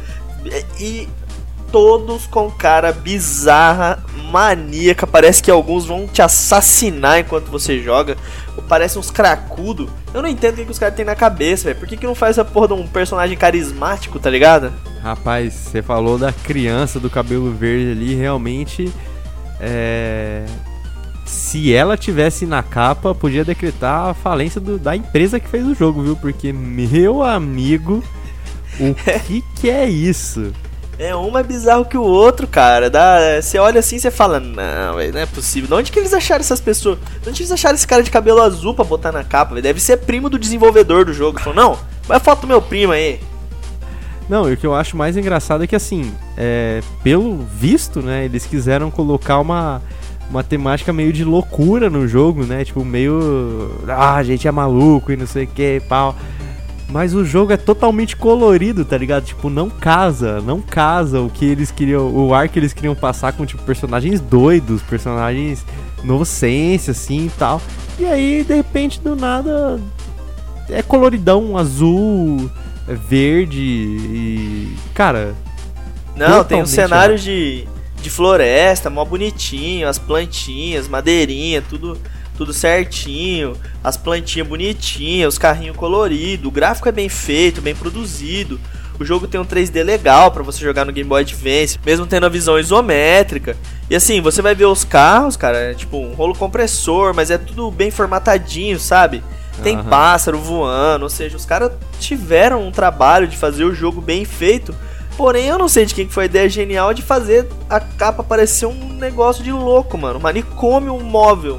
E todos com cara bizarra, maníaca. Parece que alguns vão te assassinar enquanto você joga. Parece uns cracudos. Eu não entendo o que, que os caras têm na cabeça, velho. Por que, que não faz essa porra de um personagem carismático, tá ligado? Rapaz, você falou da criança do cabelo verde ali. Realmente, é... se ela tivesse na capa, podia decretar a falência do, da empresa que fez o jogo, viu? Porque, meu amigo, o que que é isso? É um mais bizarro que o outro, cara. Dá, você olha assim e você fala, não, véio, não é possível. De onde que eles acharam essas pessoas? De onde eles acharam esse cara de cabelo azul pra botar na capa, véio? Deve ser primo do desenvolvedor do jogo. Falou, não, vai foto do meu primo aí. Não, e o que eu acho mais engraçado é que, assim, é, pelo visto, né, eles quiseram colocar uma, uma temática meio de loucura no jogo, né? Tipo, meio... ah, a gente é maluco e não sei o que, pau... Mas o jogo é totalmente colorido, tá ligado? Tipo, não casa, não casa o que eles queriam, o ar que eles queriam passar com, tipo, personagens doidos, personagens inocência, assim, e tal. E aí, de repente, do nada, é coloridão, azul, é verde e... cara... Não, tem um cenário de, de floresta, mó bonitinho, as plantinhas, madeirinha, tudo... tudo certinho, as plantinhas bonitinhas, os carrinhos coloridos, o gráfico é bem feito, bem produzido. O jogo tem um três D legal pra você jogar no Game Boy Advance, mesmo tendo a visão isométrica. E assim, você vai ver os carros, cara, é tipo um rolo compressor, mas é tudo bem formatadinho, sabe? Tem uhum. pássaro voando, ou seja, os caras tiveram um trabalho de fazer o jogo bem feito. Porém, eu não sei de quem foi a ideia genial de fazer a capa parecer um negócio de louco, mano. Um manicômio móvel.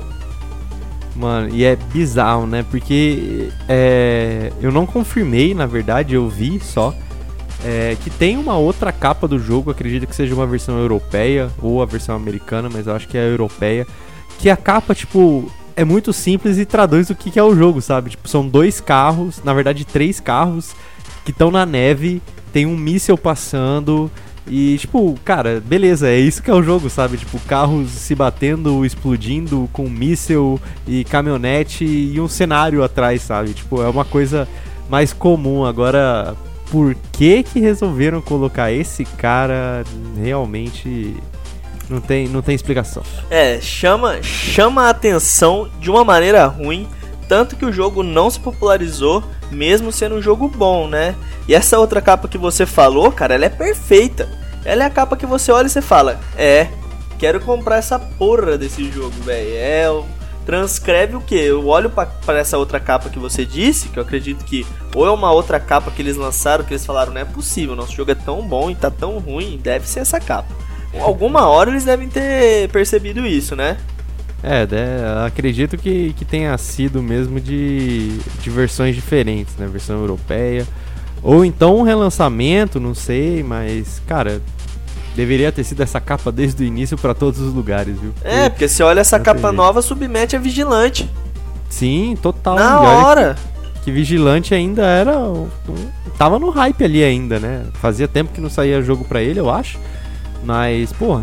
Mano, e é bizarro, né? Porque é, eu não confirmei, na verdade, eu vi só. É, que tem uma outra capa do jogo, acredito que seja uma versão europeia ou a versão americana, mas eu acho que é a europeia. Que a capa, tipo, é muito simples e traduz o que, que é o jogo, sabe? Tipo, são dois carros, na verdade três carros, que estão na neve, tem um míssil passando e, tipo, cara, beleza, é isso que é o jogo, sabe? Tipo, carros se batendo, explodindo com míssil e caminhonete e um cenário atrás, sabe? Tipo, é uma coisa mais comum. Agora, por que que resolveram colocar esse cara, realmente não tem, não tem explicação. É, chama, chama a atenção de uma maneira ruim, tanto que o jogo não se popularizou, mesmo sendo um jogo bom, né? E essa outra capa que você falou, cara, ela é perfeita. Ela é a capa que você olha e você fala, é, quero comprar essa porra desse jogo, velho. É, transcreve o quê? Eu olho pra, pra essa outra capa que você disse, que eu acredito que ou é uma outra capa que eles lançaram, que eles falaram, não é possível, nosso jogo é tão bom e tá tão ruim, deve ser essa capa. Alguma hora eles devem ter percebido isso, né? É, é, acredito que, que tenha sido mesmo de, de versões diferentes, né? Versão europeia. Ou então um relançamento, não sei, mas, cara, deveria ter sido essa capa desde o início pra todos os lugares, viu? É, porque se olha essa capa nova, submete a Vigilante. Sim, total. Na hora! Que Vigilante ainda era... Tava no hype ali ainda, né? Fazia tempo que não saía jogo pra ele, eu acho. Mas, porra,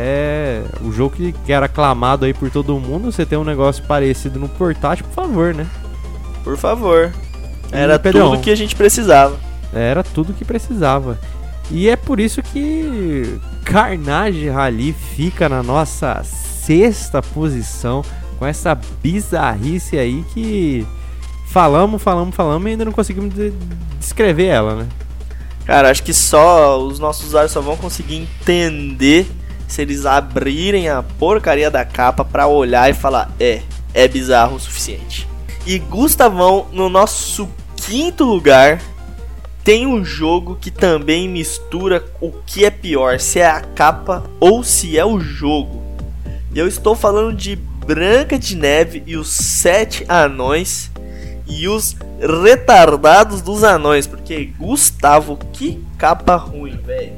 é o jogo que, que era aclamado aí por todo mundo. Você tem um negócio parecido no portátil, por favor, né? Por favor. Era e, Pedrão, tudo que a gente precisava. Era tudo que precisava. E é por isso que Carnage Rally fica na nossa sexta posição, com essa bizarrice aí que falamos, falamos, falamos e ainda não conseguimos de- descrever ela, né? Cara, acho que só os nossos usuários só vão conseguir entender se eles abrirem a porcaria da capa pra olhar e falar, é, é bizarro o suficiente. E Gustavão, no nosso quinto lugar, tem um jogo que também mistura o que é pior, se é a capa ou se é o jogo. E eu estou falando de Branca de Neve e os Sete Anões e os retardados dos anões, porque Gustavo, que capa ruim, velho.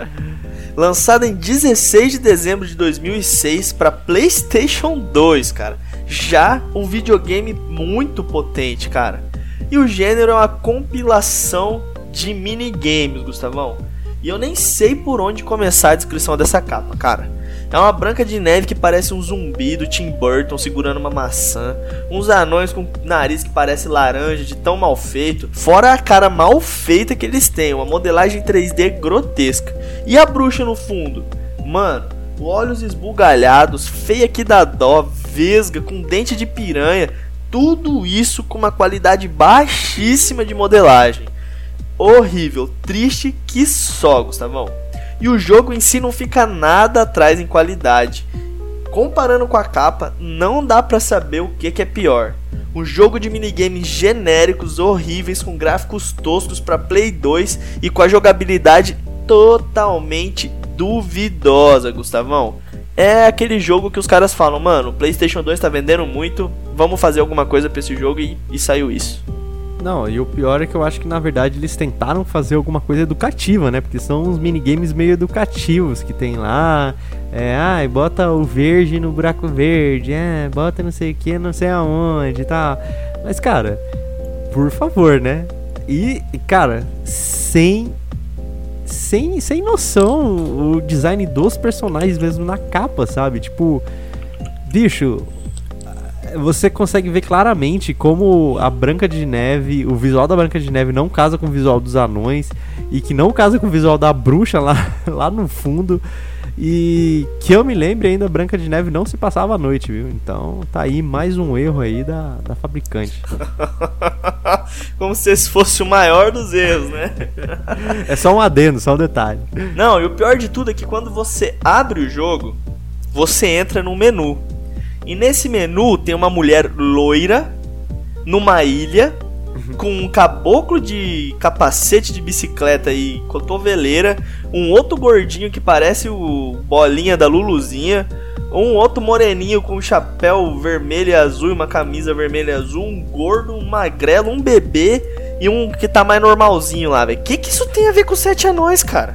Lançado em dezesseis de dezembro de dois mil e seis para PlayStation dois, cara. Já um videogame muito potente, cara. E o gênero é uma compilação de minigames, Gustavão. E eu nem sei por onde começar a descrição dessa capa, cara. É uma Branca de Neve que parece um zumbi do Tim Burton segurando uma maçã. Uns anões com nariz que parece laranja de tão mal feito. Fora a cara mal feita que eles têm. Uma modelagem três D grotesca. E a bruxa no fundo? Mano, olhos esbugalhados, feia que dá dó, vesga, com dente de piranha. Tudo isso com uma qualidade baixíssima de modelagem. Horrível, triste que só, Gustavão. E o jogo em si não fica nada atrás em qualidade. Comparando com a capa, não dá pra saber o que, que é pior. Um jogo de minigames genéricos, horríveis, com gráficos toscos pra Play dois e com a jogabilidade totalmente duvidosa, Gustavão. É aquele jogo que os caras falam, mano, o PlayStation dois tá vendendo muito, vamos fazer alguma coisa pra esse jogo e, e saiu isso. Não, e o pior é que eu acho que na verdade eles tentaram fazer alguma coisa educativa, né? Porque são uns minigames meio educativos que tem lá. É, ai, bota o verde no buraco verde, é, bota não sei o que, não sei aonde e tal. Mas, cara, por favor, né? E, cara, sem, sem, sem noção o design dos personagens mesmo na capa, sabe? Tipo, bicho... Você consegue ver claramente como a Branca de Neve, o visual da Branca de Neve não casa com o visual dos anões e que não casa com o visual da bruxa lá, lá no fundo. E que eu me lembre ainda, Branca de Neve não se passava à noite, viu? Então tá aí mais um erro aí da, da fabricante. Como se esse fosse o maior dos erros, né? É só um adendo, só um detalhe. Não, e o pior de tudo é que quando você abre o jogo, você entra no menu. E nesse menu tem uma mulher loira, numa ilha, com um caboclo de capacete de bicicleta e cotoveleira, um outro gordinho que parece o Bolinha da Luluzinha, um outro moreninho com um chapéu vermelho e azul e uma camisa vermelha e azul, um gordo, um magrelo, um bebê e um que tá mais normalzinho lá, velho. Que que isso tem a ver com Sete Anões, cara?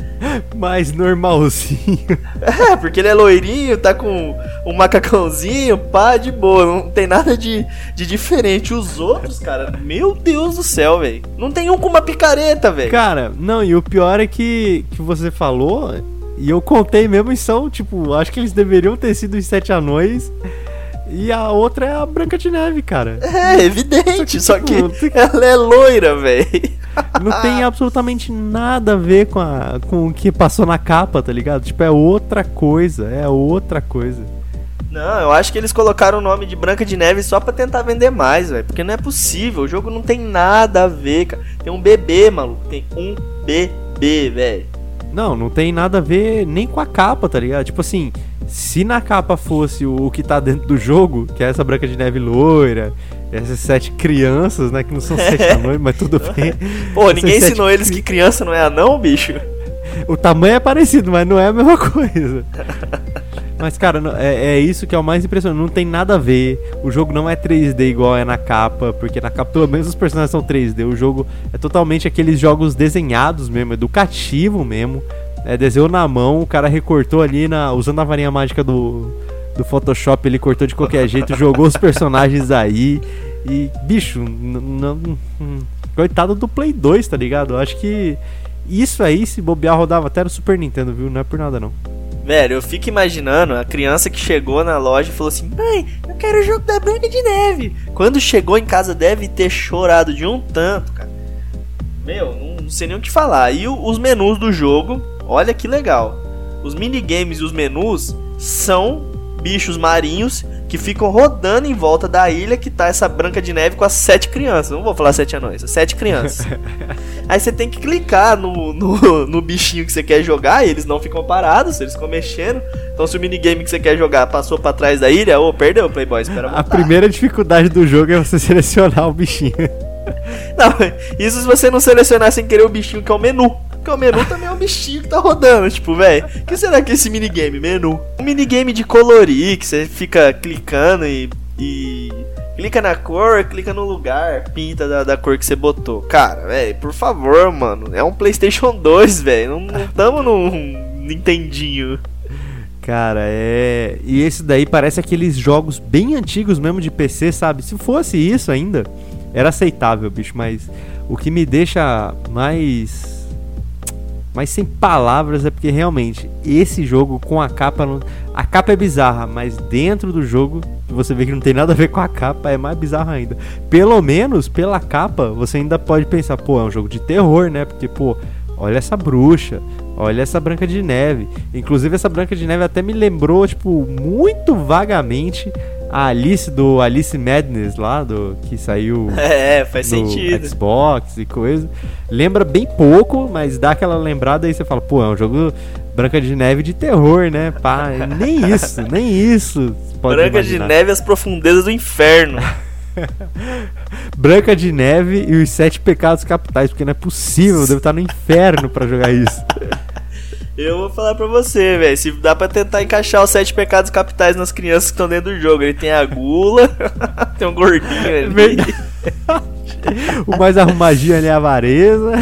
Mais normalzinho. É, porque ele é loirinho, tá com um macacãozinho, pá, de boa, não tem nada de, de diferente. Os outros, cara, meu Deus do céu, velho. Não tem um com uma picareta, velho. Cara, não, e o pior é que, que você falou, e eu contei mesmo, e são, tipo, acho que eles deveriam ter sido os Sete Anões. E a outra é a Branca de Neve, cara. É, evidente, só que, só que ela é loira, velho. Não tem absolutamente nada a ver com, a, com o que passou na capa, tá ligado? Tipo, é outra coisa, é outra coisa. Não, eu acho que eles colocaram o nome de Branca de Neve só pra tentar vender mais, velho. Porque não é possível, o jogo não tem nada a ver, cara. Tem um bebê, maluco, tem um bebê, velho. Não, não tem nada a ver nem com a capa, tá ligado? Tipo assim, se na capa fosse o, o que tá dentro do jogo, que é essa Branca de Neve loira, essas sete crianças, né, que não são sete anões, mas tudo bem. Pô, ninguém ensinou sete... eles que criança não é anão, bicho? O tamanho é parecido, mas não é a mesma coisa. Mas, cara, é, é isso que é o mais impressionante. Não tem nada a ver. O jogo não é três D igual é na capa, porque na capa pelo menos os personagens são três D. O jogo é totalmente aqueles jogos desenhados mesmo, educativo mesmo. É, desenhou na mão, o cara recortou ali, na, usando a varinha mágica do, do Photoshop, ele cortou de qualquer jeito, jogou os personagens aí. E, bicho, n- n- n- coitado do Play dois, tá ligado? Eu acho que isso aí, se bobear, rodava até no Super Nintendo, viu? Não é por nada, não. Velho, eu fico imaginando a criança que chegou na loja e falou assim: mãe, eu quero o jogo da Branca de Neve. Quando chegou em casa deve ter chorado de um tanto, cara. Meu, não, não sei nem o que falar. E o, os menus do jogo, olha que legal. Os minigames e os menus são bichos marinhos que ficam rodando em volta da ilha que tá essa Branca de Neve com as sete crianças. Não vou falar sete anões, as sete crianças. Aí você tem que clicar no, no, no bichinho que você quer jogar e eles não ficam parados, eles ficam mexendo. Então se o minigame que você quer jogar passou pra trás da ilha, ô, perdeu, Playboy, espera voltar. A primeira dificuldade do jogo é você selecionar o bichinho. Não, isso se você não selecionar sem querer o bichinho que é o menu. Porque o menu também é um bichinho que tá rodando, tipo, velho, o que será que é esse minigame? Menu. Um minigame de colorir, que você fica clicando e, e clica na cor, clica no lugar, pinta da, da cor que você botou. Cara, velho, por favor, mano, é um PlayStation dois, velho, não, não tamo num Nintendinho. Cara, é... E esse daí parece aqueles jogos bem antigos mesmo de P C, sabe? Se fosse isso ainda, era aceitável, bicho, mas o que me deixa mais... Mas sem palavras é porque realmente esse jogo com a capa não... A capa é bizarra, mas dentro do jogo você vê que não tem nada a ver com a capa, é mais bizarro ainda. Pelo menos pela capa você ainda pode pensar, pô, é um jogo de terror, né? Porque, pô, olha essa bruxa, olha essa Branca de Neve. Inclusive essa Branca de Neve até me lembrou, tipo, muito vagamente a Alice do Alice Madness lá, do, que saiu é, faz no sentido. Xbox e coisa. Lembra bem pouco, mas dá aquela lembrada e você fala, pô, é um jogo Branca de Neve de terror, né? Pá, nem isso, nem isso. Branca imaginar. de Neve, as profundezas do inferno. Branca de Neve e os Sete Pecados Capitais, porque não é possível, eu devo estar no inferno pra jogar isso. Eu vou falar pra você, velho, se dá pra tentar encaixar os Sete Pecados Capitais nas crianças que estão dentro do jogo. Ele tem a gula, tem um gordinho ali. O mais arrumadinho ali é a avareza.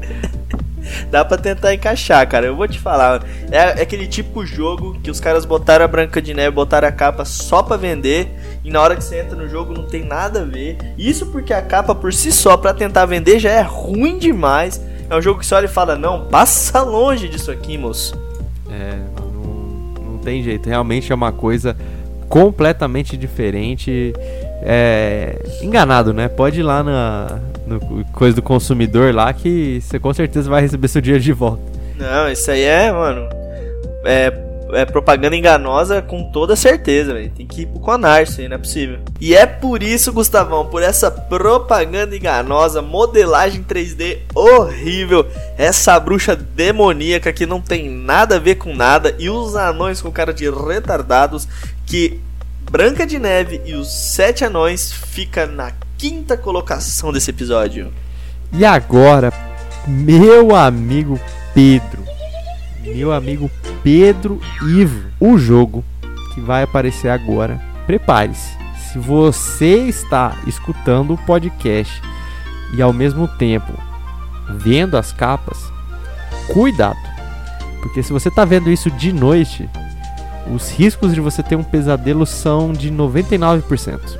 Dá pra tentar encaixar, cara. Eu vou te falar. É, é aquele tipo jogo que os caras botaram a Branca de Neve, botaram a capa só pra vender. E na hora que você entra no jogo não tem nada a ver. Isso porque a capa por si só, pra tentar vender, já é ruim demais. É um jogo que você olha e fala, não, passa longe disso aqui, moço. É, não, não tem jeito. Realmente é uma coisa completamente diferente. É, enganado, né? Pode ir lá na no coisa do consumidor lá que você com certeza vai receber seu dinheiro de volta. Não, isso aí é, mano... é, é propaganda enganosa com toda certeza, velho. Tem que ir pro Conar, isso aí não é possível. E é por isso, Gustavão, por essa propaganda enganosa, modelagem três D horrível, essa bruxa demoníaca que não tem nada a ver com nada, e os anões com cara de retardados, que Branca de Neve e os Sete Anões fica na quinta colocação desse episódio. E agora, meu amigo Pedro, meu amigo Pedro Ivo, o jogo que vai aparecer agora, prepare-se. Se você está escutando o podcast e ao mesmo tempo vendo as capas, cuidado, porque se você está vendo isso de noite, os riscos de você ter um pesadelo são de noventa e nove por cento.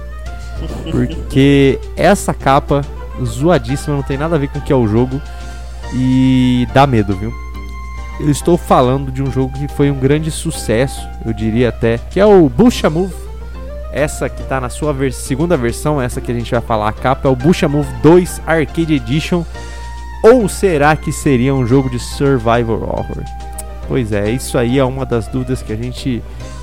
Porque essa capa zoadíssima não tem nada a ver com o que é o jogo e dá medo, viu? Eu estou falando de um jogo que foi um grande sucesso, eu diria até, que é o Bushamove. Essa que está na sua vers- segunda versão, essa que a gente vai falar a capa, é o Bushamove dois Arcade Edition. Ou será que seria um jogo de Survival Horror? Pois é, isso aí é uma das dúvidas que a gente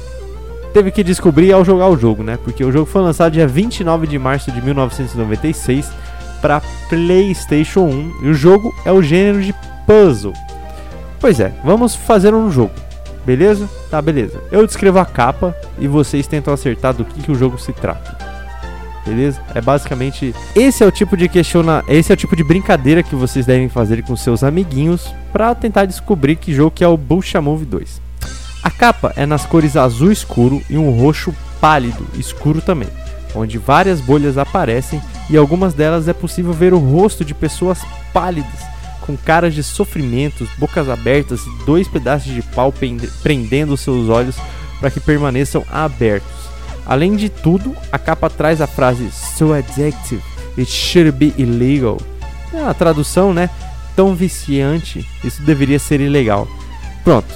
teve que descobrir ao jogar o jogo, né? Porque o jogo foi lançado dia vinte e nove de março de mil novecentos e noventa e seis para PlayStation um e o jogo é o gênero de puzzle. Pois é, vamos fazer um jogo, beleza? Tá, beleza. Eu descrevo a capa e vocês tentam acertar do que, que o jogo se trata. Beleza? É basicamente esse é o tipo de questiona, esse é o tipo de brincadeira que vocês devem fazer com seus amiguinhos para tentar descobrir que jogo que é o Bushamove dois. A capa é nas cores azul escuro e um roxo pálido escuro também, onde várias bolhas aparecem e algumas delas é possível ver o rosto de pessoas pálidas, com caras de sofrimentos, bocas abertas e dois pedaços de pau prendendo seus olhos para que permaneçam abertos. Além de tudo, a capa traz a frase "So addictive, it should be illegal". É a tradução, né? Tão viciante, isso deveria ser ilegal. Pronto.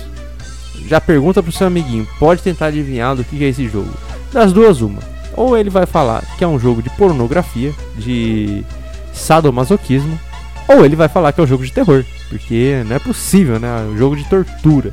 Já pergunta pro seu amiguinho, pode tentar adivinhar do que é esse jogo. Das duas, uma. Ou ele vai falar que é um jogo de pornografia, de sadomasoquismo, ou ele vai falar que é um jogo de terror, porque não é possível, né? É um jogo de tortura.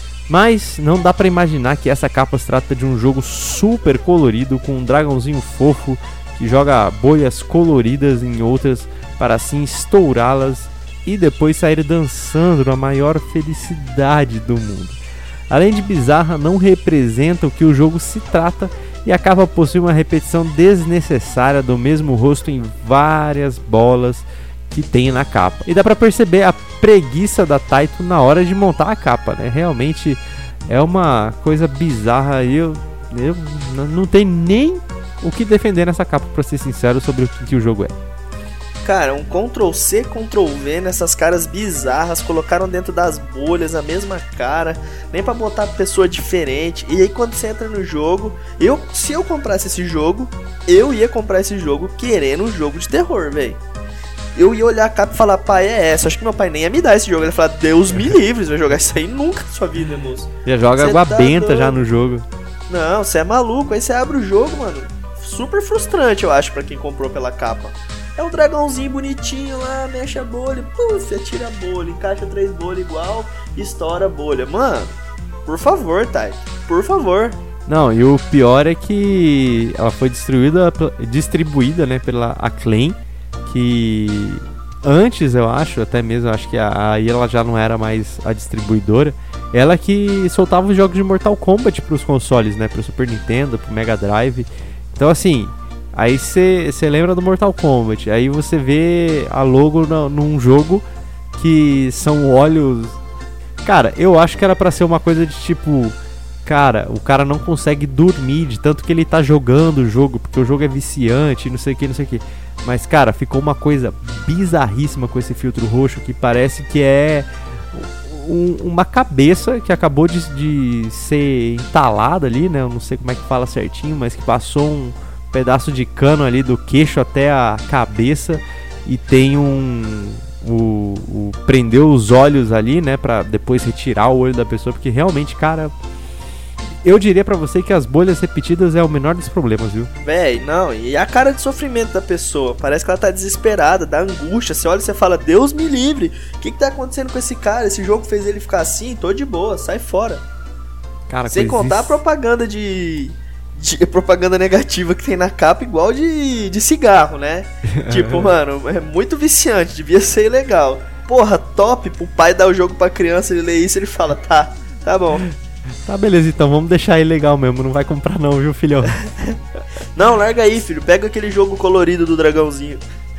Mas não dá pra imaginar que essa capa se trata de um jogo super colorido com um dragãozinho fofo que joga bolhas coloridas em outras para assim estourá-las e depois sair dançando na maior felicidade do mundo. Além de bizarra, não representa o que o jogo se trata e a capa possui uma repetição desnecessária do mesmo rosto em várias bolas que tem na capa. E dá pra perceber a preguiça da Taito na hora de montar a capa, né? Realmente é uma coisa bizarra e eu, eu não tenho nem o que defender nessa capa, pra ser sincero, sobre o que, que o jogo é. Cara, um control C, control V nessas caras bizarras, colocaram dentro das bolhas a mesma cara, nem pra botar pessoa diferente. E aí quando você entra no jogo, eu, se eu comprasse esse jogo, eu ia comprar esse jogo querendo um jogo de terror, velho. Eu ia olhar a capa e falar, pai, é essa. Acho que meu pai nem ia me dar esse jogo. Ele ia falar, Deus me livre, você vai jogar isso aí nunca na sua vida, moço. Já joga Cê água tá benta doido. já no jogo. Não, você é maluco. Aí você abre o jogo, mano. Super frustrante, eu acho, pra quem comprou pela capa. É um dragãozinho bonitinho lá, mexe a bolha, puf, atira a bolha, encaixa três bolhas igual, estoura a bolha. Mano, por favor, Thay, por favor. Não, e o pior é que ela foi distribuída, distribuída né, pela Acclaim, que antes, eu acho, até mesmo, acho que aí ela já não era mais a distribuidora, ela que soltava os jogos de Mortal Kombat pros consoles, né, pro Super Nintendo, pro Mega Drive. Então assim, aí você lembra do Mortal Kombat, aí você vê a logo no, num jogo que são olhos... Cara, eu acho que era pra ser uma coisa de tipo... Cara, o cara não consegue dormir de tanto que ele tá jogando o jogo, porque o jogo é viciante, não sei o que, não sei o que. Mas, cara, ficou uma coisa bizarríssima com esse filtro roxo que parece que é um, uma cabeça que acabou de, de ser entalada ali, né? Eu não sei como é que fala certinho, mas que passou um pedaço de cano ali do queixo até a cabeça e tem um... O, o prendeu os olhos ali, né? Pra depois retirar o olho da pessoa, porque realmente, cara... Eu diria pra você que as bolhas repetidas é o menor dos problemas, viu? Véi, não, e a cara de sofrimento da pessoa, parece que ela tá desesperada, dá angústia, você olha e você fala, Deus me livre, o que que tá acontecendo com esse cara, esse jogo fez ele ficar assim, tô de boa, sai fora. Cara, sem contar isso... a propaganda de... de... propaganda negativa que tem na capa, igual de, de cigarro, né? Tipo, mano, é muito viciante, devia ser ilegal. Porra, top, pro pai dar o jogo pra criança, ele lê isso, ele fala, tá, tá bom. Tá, beleza, então vamos deixar ele legal mesmo, não vai comprar não, viu, filhão? Não, larga aí, filho, pega aquele jogo colorido do dragãozinho.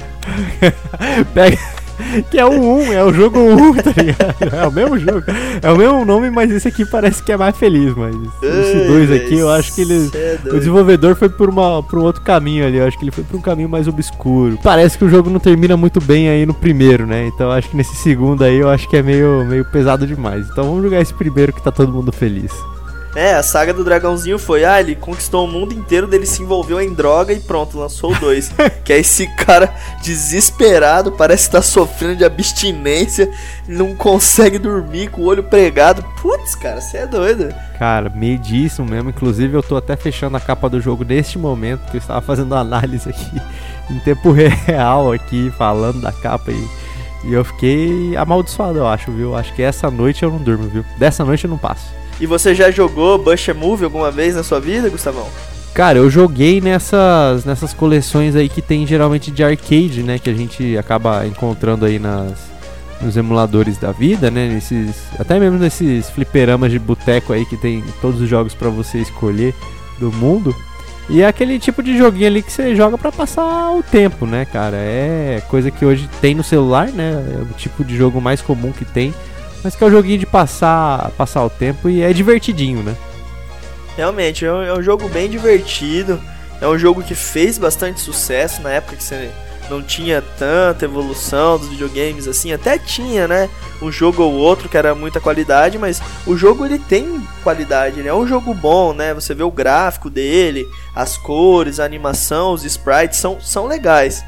Pega, que é o um, é o jogo um, tá ligado? É o mesmo jogo, é o mesmo nome, mas esse aqui parece que é mais feliz, mas esse dois aqui, eu acho que ele, é o desenvolvedor foi por, uma, por um outro caminho ali, eu acho que ele foi por um caminho mais obscuro. Parece que o jogo não termina muito bem aí no primeiro, né? Então eu acho que nesse segundo aí, eu acho que é meio, meio pesado demais. Então vamos jogar esse primeiro que tá todo mundo feliz. É, a saga do dragãozinho foi, ah, ele conquistou o mundo inteiro, dele se envolveu em droga e pronto, lançou o dois. Que é esse cara desesperado, parece estar tá sofrendo de abstinência, não consegue dormir com o olho pregado. Putz, cara, você é doido. Cara, medíssimo mesmo, inclusive eu tô até fechando a capa do jogo neste momento, que eu estava fazendo análise aqui, em tempo real aqui, falando da capa aí. E eu fiquei amaldiçoado, eu acho, viu? Acho que essa noite eu não durmo, viu? Dessa noite eu não passo. E você já jogou Bust a Move alguma vez na sua vida, Gustavão? Cara, eu joguei nessas, nessas coleções aí que tem geralmente de arcade, né? Que a gente acaba encontrando aí nas, nos emuladores da vida, né? Nesses, até mesmo nesses fliperamas de boteco aí que tem todos os jogos pra você escolher do mundo. E é aquele tipo de joguinho ali que você joga pra passar o tempo, né, cara? É coisa que hoje tem no celular, né? É o tipo de jogo mais comum que tem. Mas que é um joguinho de passar, passar o tempo e é divertidinho, né? Realmente, é um, é um jogo bem divertido. É um jogo que fez bastante sucesso na época que você não tinha tanta evolução dos videogames assim. Até tinha, né? Um jogo ou outro que era muita qualidade, mas o jogo ele tem qualidade, né? É um jogo bom, né? Você vê o gráfico dele, as cores, a animação, os sprites são, são legais.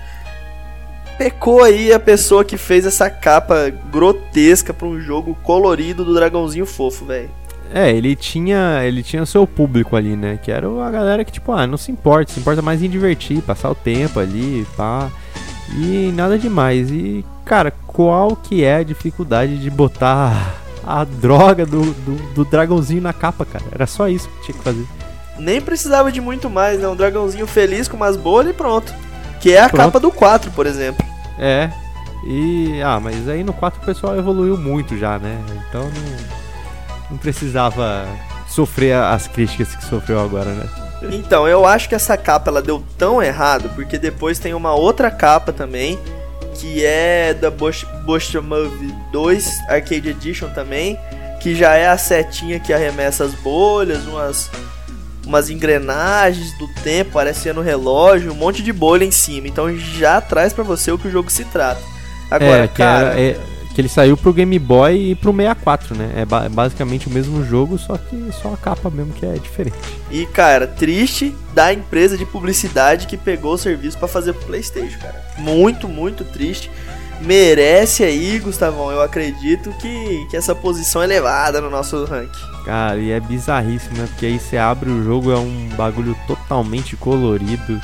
Pecou aí a pessoa que fez essa capa grotesca pra um jogo colorido do dragãozinho fofo, velho. É, ele tinha ele tinha o seu público ali, né? Que era a galera que, tipo, ah, não se importa, se importa mais em divertir, passar o tempo ali, pá. E nada demais. E, cara, qual que é a dificuldade de botar a droga do, do, do dragãozinho na capa, cara? Era só isso que tinha que fazer. Nem precisava de muito mais, né? Um dragãozinho feliz com umas bolhas e pronto. Que é a Pronto. Capa do quatro, por exemplo. É. E. Ah, mas aí no quatro o pessoal evoluiu muito já, né? Então não, não precisava sofrer as críticas que sofreu agora, né? Então, eu acho que essa capa ela deu tão errado, porque depois tem uma outra capa também, que é da Bust a Move dois Arcade Edition também, que já é a setinha que arremessa as bolhas, umas. umas engrenagens do tempo, parecendo um relógio, um monte de bolha em cima. Então já traz pra você o que o jogo se trata. Agora, é, que cara... Era, é, que ele saiu pro Game Boy e pro sessenta e quatro, né? É ba- basicamente o mesmo jogo, só que só a capa mesmo que é diferente. E, cara, triste da empresa de publicidade que pegou o serviço pra fazer pro PlayStation, cara. Muito, muito triste. Merece aí, Gustavão, eu acredito que, que essa posição é elevada no nosso ranking. Cara, e é bizarríssimo, né? Porque aí você abre o jogo, é um bagulho totalmente colorido.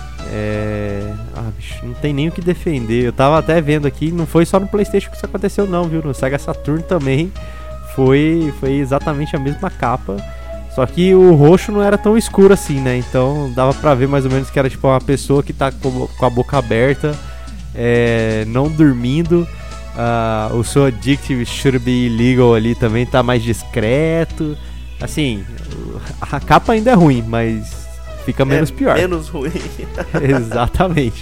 É... Ah, bicho, não tem nem o que defender. Eu tava até vendo aqui, não foi só no PlayStation que isso aconteceu não, viu? No Sega Saturn também foi, foi exatamente a mesma capa. Só que o roxo não era tão escuro assim, né? Então dava pra ver mais ou menos que era tipo uma pessoa que tá com a boca aberta, é... não dormindo. Uh, o seu Addictive Should Be Illegal ali também tá mais discreto. Assim, a capa ainda é ruim, mas fica menos é pior. Menos ruim. Exatamente.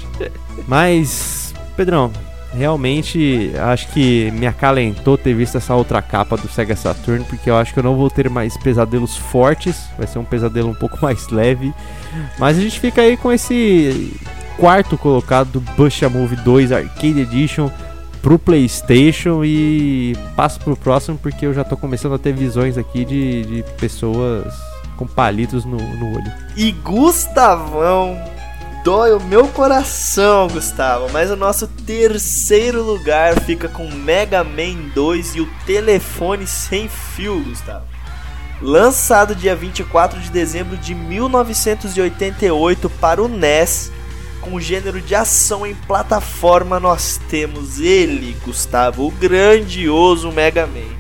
Mas, Pedrão, realmente acho que me acalentou ter visto essa outra capa do Sega Saturn, porque eu acho que eu não vou ter mais pesadelos fortes. Vai ser um pesadelo um pouco mais leve. Mas a gente fica aí com esse quarto colocado do Bust a Move dois Arcade Edition pro PlayStation, e passo pro próximo porque eu já tô começando a ter visões aqui de, de pessoas com palitos no, no olho. E Gustavão, dói o meu coração, Gustavo, mas o nosso terceiro lugar fica com Mega Man dois e o telefone sem fio, Gustavo. Lançado dia vinte e quatro de dezembro de mil novecentos e oitenta e oito para o N E S, com o gênero de ação em plataforma, nós temos ele, Gustavo, o grandioso Mega Man.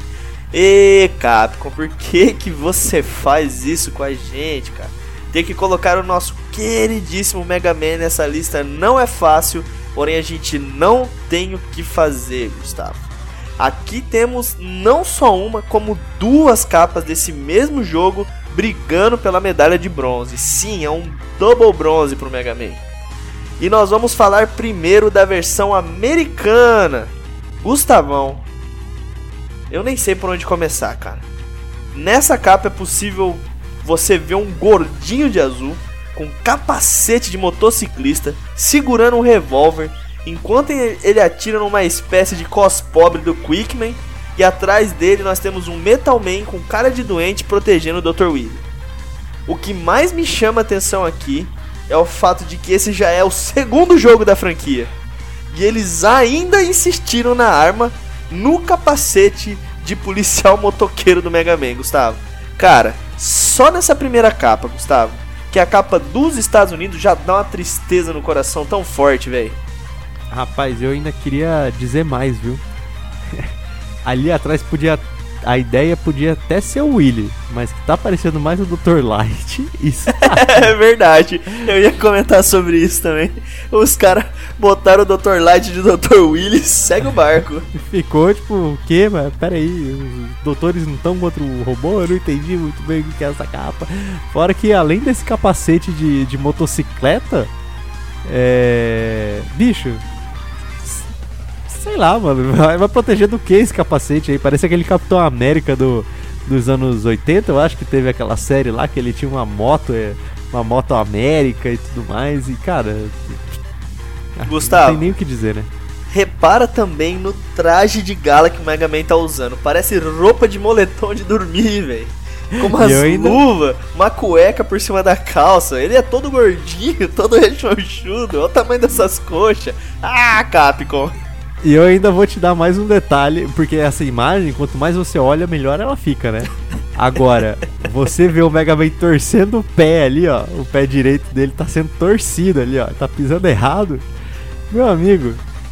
E Capcom, por que que você faz isso com a gente, cara? Ter que colocar o nosso queridíssimo Mega Man nessa lista não é fácil, porém a gente não tem o que fazer, Gustavo. Aqui temos não só uma, como duas capas desse mesmo jogo brigando pela medalha de bronze. Sim, é um double bronze pro Mega Man. E nós vamos falar primeiro da versão americana. Gustavão, eu nem sei por onde começar, cara. Nessa capa é possível você ver um gordinho de azul com capacete de motociclista segurando um revólver, enquanto ele atira numa espécie de cos pobre do Quickman, e atrás dele nós temos um Metal Man com cara de doente protegendo o doutor Willy. O que mais me chama a atenção aqui é o fato de que esse já é o segundo jogo da franquia, e eles ainda insistiram na arma no capacete de policial motoqueiro do Mega Man, Gustavo. Cara, só nessa primeira capa, Gustavo, que é a capa dos Estados Unidos, já dá uma tristeza no coração tão forte, velho. Rapaz, eu ainda queria dizer mais, viu? Ali atrás podia... A ideia podia até ser o Willy, mas que tá parecendo mais o doutor Light. Isso tá. É verdade, eu ia comentar sobre isso também. Os caras botaram o doutor Light de doutor Willy, segue o barco. Ficou tipo, o quê? Mas pera aí, os doutores não estão contra o robô? Eu não entendi muito bem o que é essa capa. Fora que além desse capacete de, de motocicleta, é... bicho... Sei lá, mano, vai, vai proteger do que esse capacete aí? Parece aquele Capitão América do, dos anos oitenta, eu acho que teve aquela série lá que ele tinha uma moto, uma moto América e tudo mais, e cara... Gustavo, não tem nem o que dizer, né? Repara também no traje de gala que o Mega Man tá usando, parece roupa de moletom de dormir, velho. Com umas ainda... luvas, uma cueca por cima da calça, ele é todo gordinho, todo rechonchudo, olha o tamanho dessas coxas. Ah, Capcom! E eu ainda vou te dar mais um detalhe, porque essa imagem, quanto mais você olha, melhor ela fica, né? Agora, você vê o Mega Man torcendo o pé ali, ó. O pé direito dele tá sendo torcido ali, ó. Tá pisando errado. Meu amigo,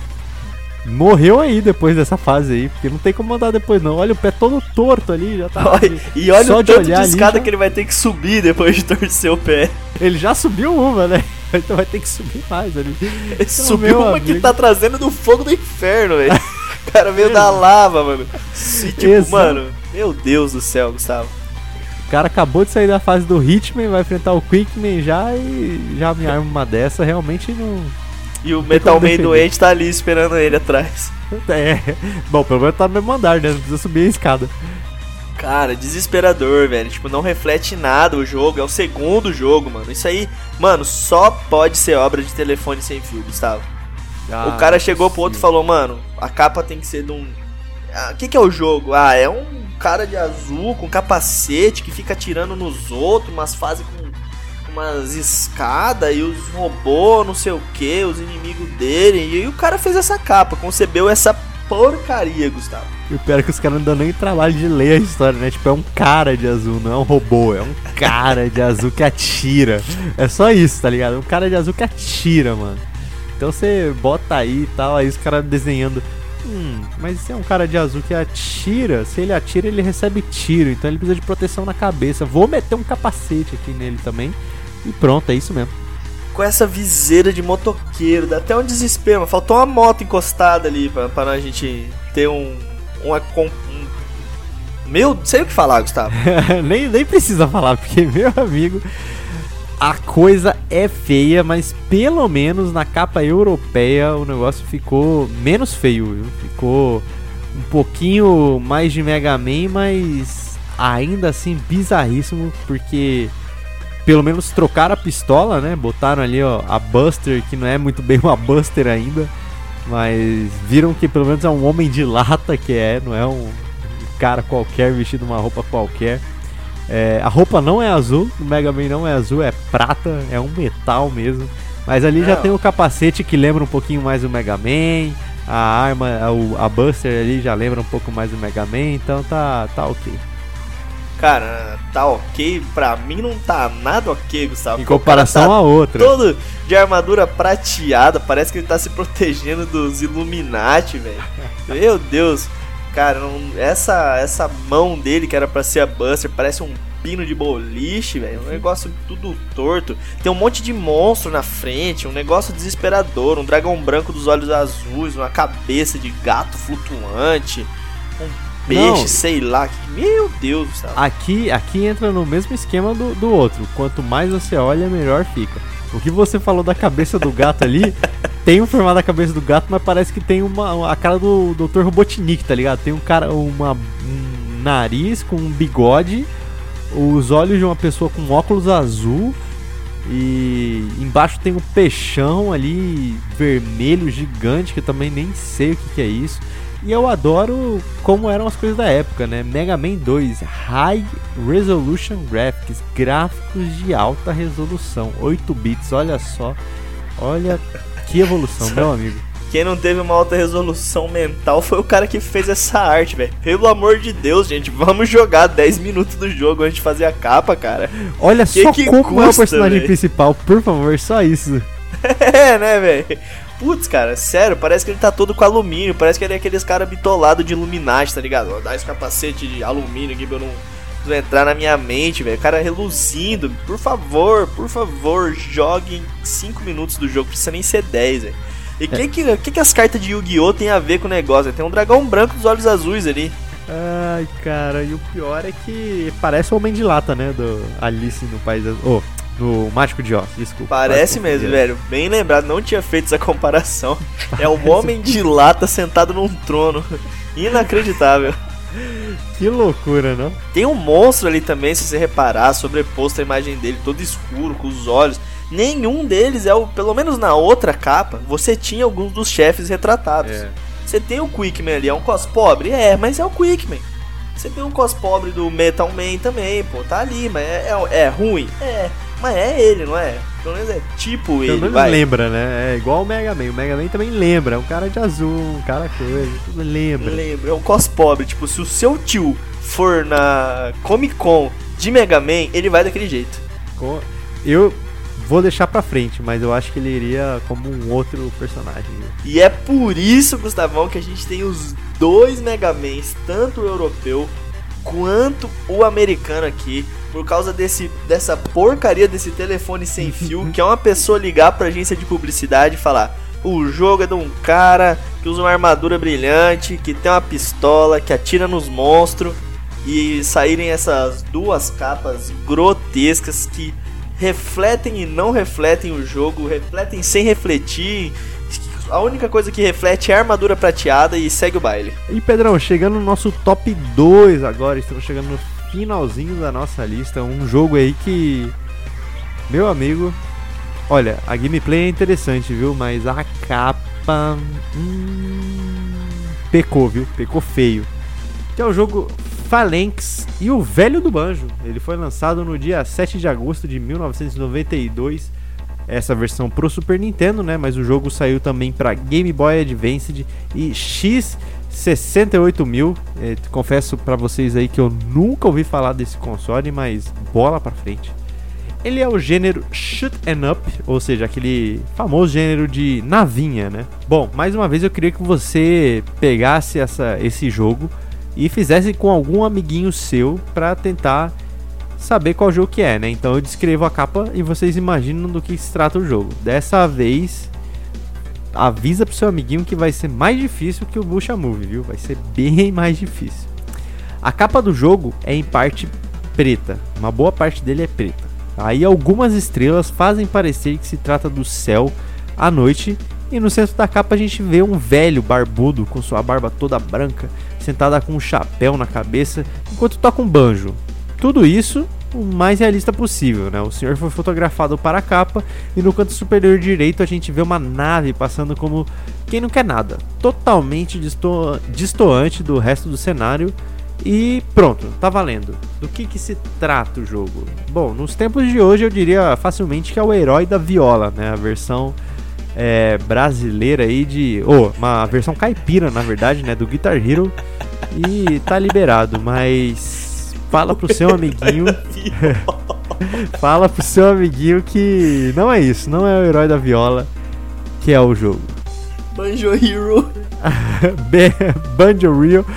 morreu aí depois dessa fase aí, porque não tem como andar depois não. Olha o pé todo torto ali, já tá... Olha, e olha só o tanto de, de escada já... que ele vai ter que subir depois de torcer o pé. Ele já subiu uma, né? Então vai ter que subir mais ali. Ele então, subiu uma amigo... que tá trazendo do fogo do inferno, velho. O cara veio da lava, mano. E, tipo, Exato. Mano, meu Deus do céu, Gustavo. O cara acabou de sair da fase do Hitman, vai enfrentar o Quickman já e já me arma uma dessa, realmente não... E o Metal Man doente tá ali esperando ele atrás. É, bom, pelo menos tá no mesmo andar, né? Não precisa subir a escada. Cara, desesperador, velho. Tipo, não reflete nada o jogo. É o segundo jogo, mano. Isso aí, mano, só pode ser obra de telefone sem fio, Gustavo. Ah, o cara chegou pro outro e falou, mano, a capa tem que ser de um... O ah, que que é o jogo? Ah, é um cara de azul com capacete que fica atirando nos outros, umas fases com umas escadas e os robôs, não sei o que, os inimigos dele. E aí o cara fez essa capa, concebeu essa porcaria, Gustavo. E o pior é que os caras não dão nem trabalho de ler a história, né? Tipo, é um cara de azul, não é um robô, é um cara de azul que atira. É só isso, tá ligado? É um cara de azul que atira, mano. Então você bota aí e tal, aí os caras desenhando. Hum, mas se é um cara de azul que atira, se ele atira, ele recebe tiro, então ele precisa de proteção na cabeça. Vou meter um capacete aqui nele também. E pronto, é isso mesmo. Com essa viseira de motoqueiro, dá até um desespero, mano. Faltou uma moto encostada ali pra, pra a gente ter um... Uma, um meu, não sei o que falar, Gustavo. nem, nem precisa falar, porque, meu amigo, a coisa é feia, mas pelo menos na capa europeia o negócio ficou menos feio, viu? Ficou um pouquinho mais de Mega Man, mas ainda assim bizarríssimo, porque... Pelo menos trocaram a pistola, né? Botaram ali, ó, a Buster, que não é muito bem uma Buster ainda. Mas viram que pelo menos é um homem de lata que é, não é um cara qualquer vestido uma roupa qualquer. É, a roupa não é azul, o Mega Man não é azul, é prata, é um metal mesmo. Mas ali não. Já tem o capacete que lembra um pouquinho mais o Mega Man. A arma, a, a Buster ali já lembra um pouco mais do Mega Man, então tá, tá ok. Cara, tá ok, pra mim não tá nada ok, Gustavo. Em comparação tá a outra. Todo de armadura prateada, parece que ele tá se protegendo dos Illuminati, velho. Meu Deus. Cara, não, essa, essa mão dele, que era pra ser a Buster, parece um pino de boliche, velho. Um negócio tudo torto. Tem um monte de monstro na frente, um negócio desesperador. Um dragão branco dos olhos azuis, uma cabeça de gato flutuante, um peixe, não, sei lá. Meu Deus do céu. Aqui, aqui entra no mesmo esquema do, do outro. Quanto mais você olha, melhor fica. O que você falou da cabeça do gato ali, tem o formato da cabeça do gato, mas parece que tem uma, a cara do doutor Robotnik, tá ligado? Tem um cara, uma, um nariz com um bigode, os olhos de uma pessoa com óculos azul, e embaixo tem um peixão ali vermelho gigante, que eu também nem sei o que, que é isso. E eu adoro como eram as coisas da época, né? Mega Man dois, High Resolution Graphics, gráficos de alta resolução, oito bits, olha só. Olha que evolução, meu amigo. Quem não teve uma alta resolução mental foi o cara que fez essa arte, velho. Pelo amor de Deus, gente, vamos jogar dez minutos do jogo antes de fazer a capa, cara. Olha que só que como custa, é o personagem véio? principal, por favor, só isso. É, né, velho? Putz, cara, sério, parece que ele tá todo com alumínio. Parece que ele é aqueles caras bitolados de Illuminati, tá ligado? Ó, dá esse capacete de alumínio aqui pra eu não, não entrar na minha mente, velho. O cara reluzindo. Por favor, por favor, jogue em cinco minutos do jogo. Precisa nem ser dez, velho. E o é. que, que, que, que as cartas de Yu-Gi-Oh! Tem a ver com o negócio? Tem um dragão branco dos olhos azuis ali. Ai, cara, e o pior é que parece o Homem de Lata, né? Do Alice no País das... Oh, no Mágico de Oz, desculpa. Parece mesmo, velho. Bem lembrado, não tinha feito essa comparação. É um Homem de Lata sentado num trono. Inacreditável. Que loucura, não? Tem um monstro ali também, se você reparar, sobreposto a imagem dele, todo escuro, com os olhos. Nenhum deles é o... Pelo menos na outra capa, você tinha alguns dos chefes retratados. É. Você tem o Quickman ali, é um cos pobre? É, mas é o Quickman. Você tem um cos pobre do Metal Man também, pô, tá ali, mas é, é, é ruim? É, mas é ele, não é? Pelo menos é tipo ele, Pelo menos lembra, né? É igual o Mega Man. O Mega Man também lembra. É um cara de azul, um cara coisa, tudo lembra. Lembra, é um cos pobre. Tipo, se o seu tio for na Comic Con de Mega Man, ele vai daquele jeito. Eu vou deixar pra frente, mas eu acho que ele iria como um outro personagem. E é por isso, Gustavão, que a gente tem os dois Mega Mans, tanto o europeu quanto o americano aqui, por causa desse, dessa porcaria desse telefone sem fio, que é uma pessoa ligar pra agência de publicidade e falar: o jogo é de um cara que usa uma armadura brilhante, que tem uma pistola, que atira nos monstros, e saírem essas duas capas grotescas que refletem e não refletem o jogo, refletem sem refletir. A única coisa que reflete é a armadura prateada e segue o baile. E Pedrão, chegando no nosso top dois agora, estamos chegando no finalzinho da nossa lista. Um jogo aí que, meu amigo, olha, a gameplay é interessante, viu? Mas a capa hum, pecou, viu? Pecou feio. Que é o jogo Phalanx e o Velho do Banjo. Ele foi lançado no dia sete de agosto de mil novecentos e noventa e dois. Essa versão pro Super Nintendo, né? Mas o jogo saiu também para Game Boy Advance e X sessenta e oito mil. É, confesso para vocês aí que eu nunca ouvi falar desse console, mas bola pra frente. Ele é o gênero Shoot 'em Up, ou seja, aquele famoso gênero de navinha, né? Bom, mais uma vez eu queria que você pegasse essa, esse jogo e fizesse com algum amiguinho seu para tentar saber qual jogo que é, né? Então eu descrevo a capa e vocês imaginam do que se trata o jogo. Dessa vez, avisa pro seu amiguinho que vai ser mais difícil que o Bucha Movie, viu? Vai ser bem mais difícil. A capa do jogo é em parte preta, uma boa parte dele é preta. Aí algumas estrelas fazem parecer que se trata do céu à noite, e no centro da capa a gente vê um velho barbudo com sua barba toda branca, sentada com um chapéu na cabeça, enquanto toca um banjo. Tudo isso o mais realista possível, né? O senhor foi fotografado para a capa e no canto superior direito a gente vê uma nave passando como quem não quer nada, totalmente disto- distoante do resto do cenário. E pronto, tá valendo. Do que que se trata o jogo? Bom, nos tempos de hoje eu diria facilmente que é o Herói da Viola, né? A versão é, brasileira aí de... Oh, uma versão caipira, na verdade, né? Do Guitar Hero. E tá liberado, mas... Fala pro seu amiguinho Fala pro seu amiguinho que não é isso, não é o Herói da Viola que é o jogo. Banjo Hero. Banjo Rio.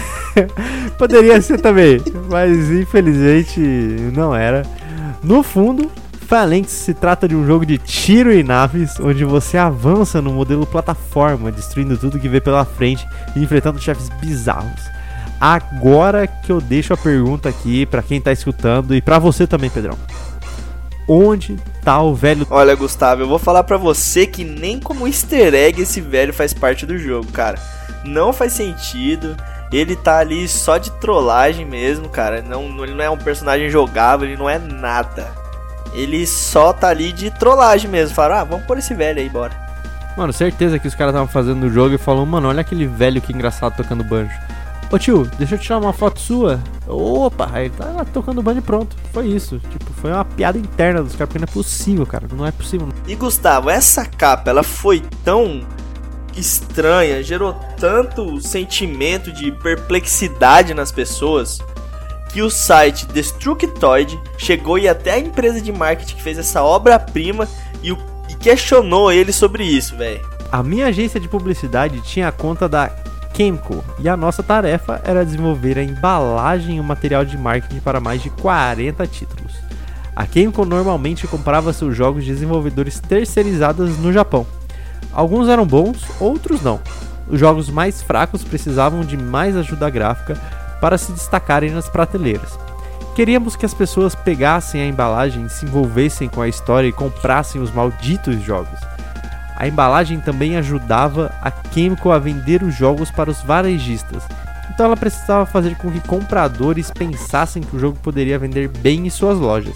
Poderia ser também, mas infelizmente não era. No fundo, Phalanx se trata de um jogo de tiro em naves, onde você avança no modelo plataforma, destruindo tudo que vê pela frente e enfrentando chefes bizarros. Agora que eu deixo a pergunta aqui pra quem tá escutando e pra você também, Pedrão. Onde tá o velho... Olha, Gustavo, eu vou falar pra você que nem como easter egg esse velho faz parte do jogo, cara. Não faz sentido. Ele tá ali só de trollagem mesmo, cara. Não, ele não é um personagem jogável, ele não é nada. Ele só tá ali de trollagem mesmo. Falaram, ah, vamos pôr esse velho aí, bora. Mano, certeza que os caras estavam fazendo no jogo e falaram, mano, olha aquele velho que engraçado tocando banjo. Ô tio, deixa eu tirar uma foto sua. Opa, aí tá lá tocando banjo e pronto. Foi isso, tipo, foi uma piada interna dos caras, porque não é possível, cara, não é possível. E Gustavo, essa capa, ela foi tão estranha, gerou tanto sentimento de perplexidade nas pessoas, que o site Destructoid chegou e até a empresa de marketing que fez essa obra-prima e, o, e questionou ele sobre isso, velho. A minha agência de publicidade tinha a conta da Camco, e a nossa tarefa era desenvolver a embalagem e o material de marketing para mais de quarenta títulos. A Camco normalmente comprava seus jogos de desenvolvedores terceirizados no Japão. Alguns eram bons, outros não. Os jogos mais fracos precisavam de mais ajuda gráfica para se destacarem nas prateleiras. Queríamos que as pessoas pegassem a embalagem, se envolvessem com a história e comprassem os malditos jogos. A embalagem também ajudava a Camco a vender os jogos para os varejistas, então ela precisava fazer com que compradores pensassem que o jogo poderia vender bem em suas lojas.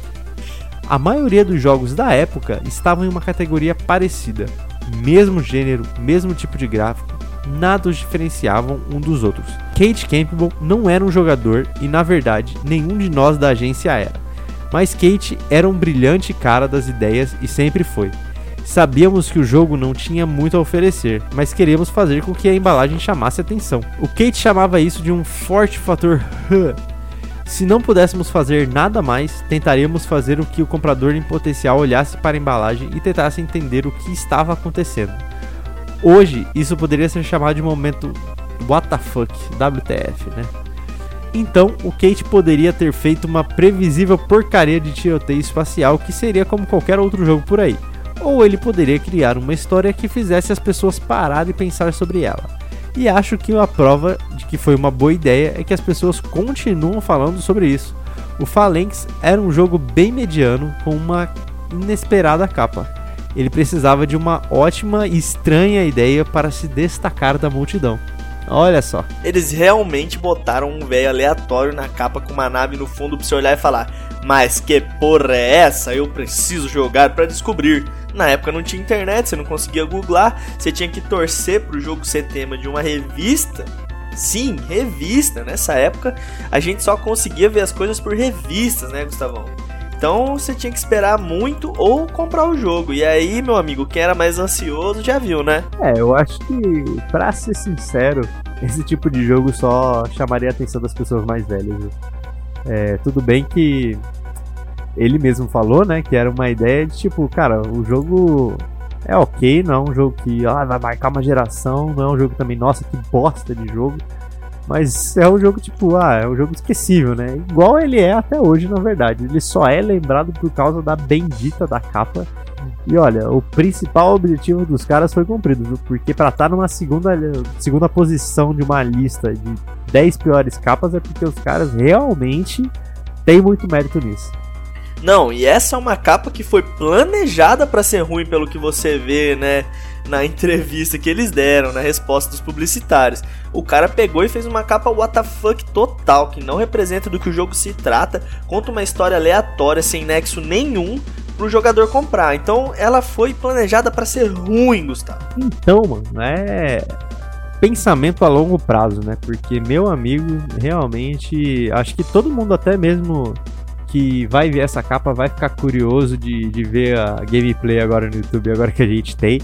A maioria dos jogos da época estavam em uma categoria parecida, mesmo gênero, mesmo tipo de gráfico, nada os diferenciavam um dos outros. Kate Campbell não era um jogador e, na verdade, nenhum de nós da agência era, mas Kate era um brilhante cara das ideias e sempre foi. Sabíamos que o jogo não tinha muito a oferecer, mas queríamos fazer com que a embalagem chamasse atenção. O Kate chamava isso de um forte fator H. Se não pudéssemos fazer nada mais, tentaríamos fazer o que o comprador em potencial olhasse para a embalagem e tentasse entender o que estava acontecendo. Hoje, isso poderia ser chamado de momento what the fuck, W T F, né? Então, o Kate poderia ter feito uma previsível porcaria de tiroteio espacial que seria como qualquer outro jogo por aí. Ou ele poderia criar uma história que fizesse as pessoas parar e pensar sobre ela. E acho que a prova de que foi uma boa ideia é que as pessoas continuam falando sobre isso. O Phalanx era um jogo bem mediano com uma inesperada capa. Ele precisava de uma ótima e estranha ideia para se destacar da multidão. Olha só. Eles realmente botaram um velho aleatório na capa com uma nave no fundo pra você olhar e falar: mas que porra é essa? Eu preciso jogar pra descobrir. Na época não tinha internet, você não conseguia googlar, você tinha que torcer pro jogo ser tema de uma revista. Sim, revista. Nessa época a gente só conseguia ver as coisas por revistas, né, Gustavão? Então você tinha que esperar muito ou comprar o jogo. E aí, meu amigo, quem era mais ansioso já viu, né? É, eu acho que, pra ser sincero, esse tipo de jogo só chamaria a atenção das pessoas mais velhas, viu? É, tudo bem que ele mesmo falou, né, que era uma ideia de tipo, cara, o jogo é ok, não é um jogo que ah, vai marcar uma geração, não é um jogo também, nossa, que bosta de jogo, mas é um jogo tipo, ah, é um jogo esquecível, né, igual ele é até hoje, na verdade, ele só é lembrado por causa da bendita da capa. E olha, o principal objetivo dos caras foi cumprido, viu? Porque pra estar numa segunda, segunda posição de uma lista de dez piores capas é porque os caras realmente têm muito mérito nisso. Não, e essa é uma capa que foi planejada pra ser ruim, pelo que você vê, né, na entrevista que eles deram, na resposta dos publicitários. O cara pegou e fez uma capa what the fuck total, que não representa do que o jogo se trata, conta uma história aleatória, sem nexo nenhum pro jogador comprar. Então ela foi planejada pra ser ruim, Gustavo. Então, mano, é pensamento a longo prazo, né? Porque, meu amigo, realmente, acho que todo mundo, até mesmo que vai ver essa capa, vai ficar curioso de, de ver a gameplay agora no YouTube, agora que a gente tem.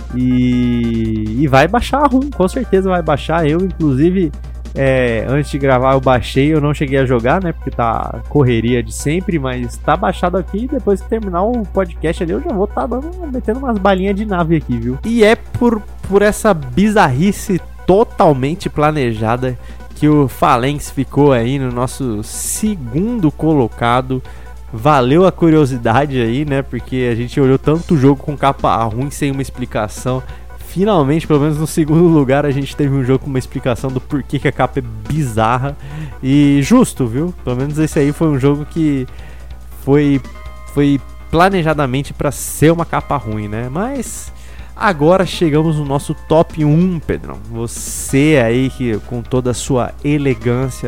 E, e vai baixar a ROM, com certeza vai baixar. Eu, inclusive, é, antes de gravar eu baixei, eu não cheguei a jogar, né, porque tá correria de sempre, mas tá baixado aqui. Depois que terminar o podcast ali, eu já vou tá dando, metendo umas balinhas de nave aqui, viu? E é por por essa bizarrice totalmente planejada que o Phalanx ficou aí no nosso segundo colocado. Valeu a curiosidade aí, né? Porque a gente olhou tanto jogo com capa ruim sem uma explicação. Finalmente, pelo menos no segundo lugar, a gente teve um jogo com uma explicação do porquê que a capa é bizarra. E justo, viu? Pelo menos esse aí foi um jogo que foi, foi planejadamente para ser uma capa ruim, né? Mas agora chegamos no nosso top um, Pedrão. Você aí que com toda a sua elegância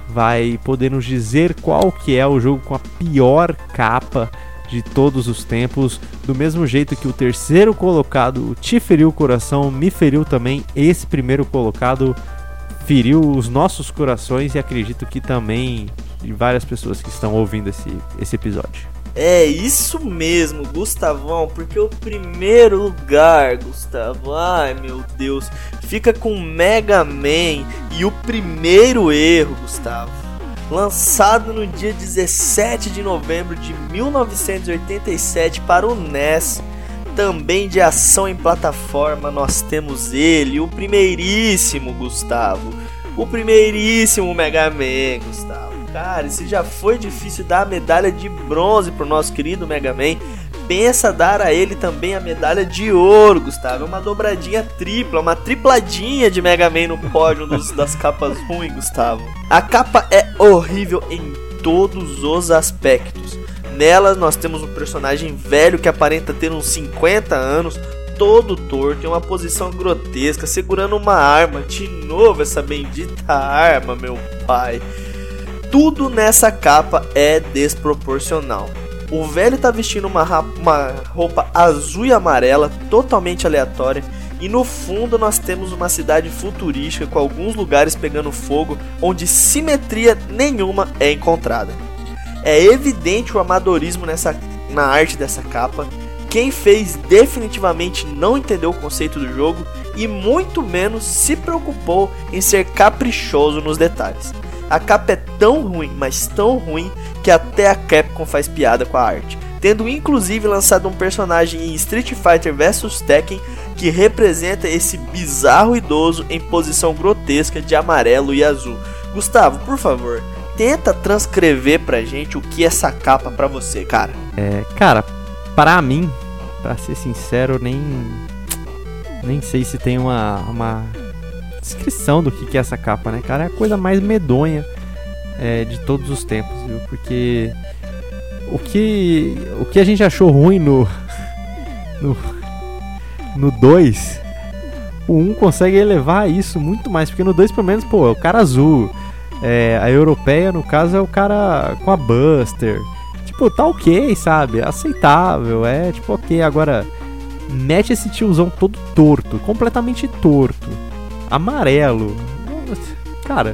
vai poder nos dizer qual que é o jogo com a pior capa de todos os tempos. Do mesmo jeito que o terceiro colocado te feriu o coração, me feriu também. Esse primeiro colocado feriu os nossos corações e acredito que também de várias pessoas que estão ouvindo esse, esse episódio. É isso mesmo, Gustavão, porque o primeiro lugar, Gustavo, ai meu Deus, fica com Mega Man. E o primeiro erro, Gustavo, lançado no dia dezessete de novembro de mil novecentos e oitenta e sete para o N E S, também de ação em plataforma, nós temos ele, o primeiríssimo, Gustavo, o primeiríssimo Mega Man, Gustavo. Cara, se já foi difícil dar a medalha de bronze pro nosso querido Mega Man, pensa dar a ele também a medalha de ouro, Gustavo. É uma dobradinha tripla, uma tripladinha de Mega Man no pódio dos, das capas ruins, Gustavo. A capa é horrível em todos os aspectos. Nela nós temos um personagem velho que aparenta ter uns cinquenta anos, todo torto, em uma posição grotesca, segurando uma arma. De novo essa bendita arma, meu pai. Tudo nessa capa é desproporcional. O velho tá vestindo uma, uma roupa azul e amarela, totalmente aleatória. E no fundo nós temos uma cidade futurística com alguns lugares pegando fogo, onde simetria nenhuma é encontrada. É evidente o amadorismo nessa, na arte dessa capa. Quem fez definitivamente não entendeu o conceito do jogo e muito menos se preocupou em ser caprichoso nos detalhes. A capa é tão ruim, mas tão ruim, que até a Capcom faz piada com a arte, tendo inclusive lançado um personagem em Street Fighter versus. Tekken que representa esse bizarro idoso em posição grotesca de amarelo e azul. Gustavo, por favor, tenta transcrever pra gente o que é essa capa pra você, cara. É, cara, pra mim, pra ser sincero, nem nem sei se tem uma, uma descrição do que é essa capa, né, cara? É a coisa mais medonha é, de todos os tempos, viu? Porque o que, o que a gente achou ruim no no no dois, o um consegue elevar isso muito mais, porque no dois pelo menos, pô, é o cara azul, é, a europeia no caso é o cara com a Buster, tipo, tá ok, sabe, aceitável, é tipo ok. Agora mete esse tiozão todo torto, completamente torto, amarelo, cara,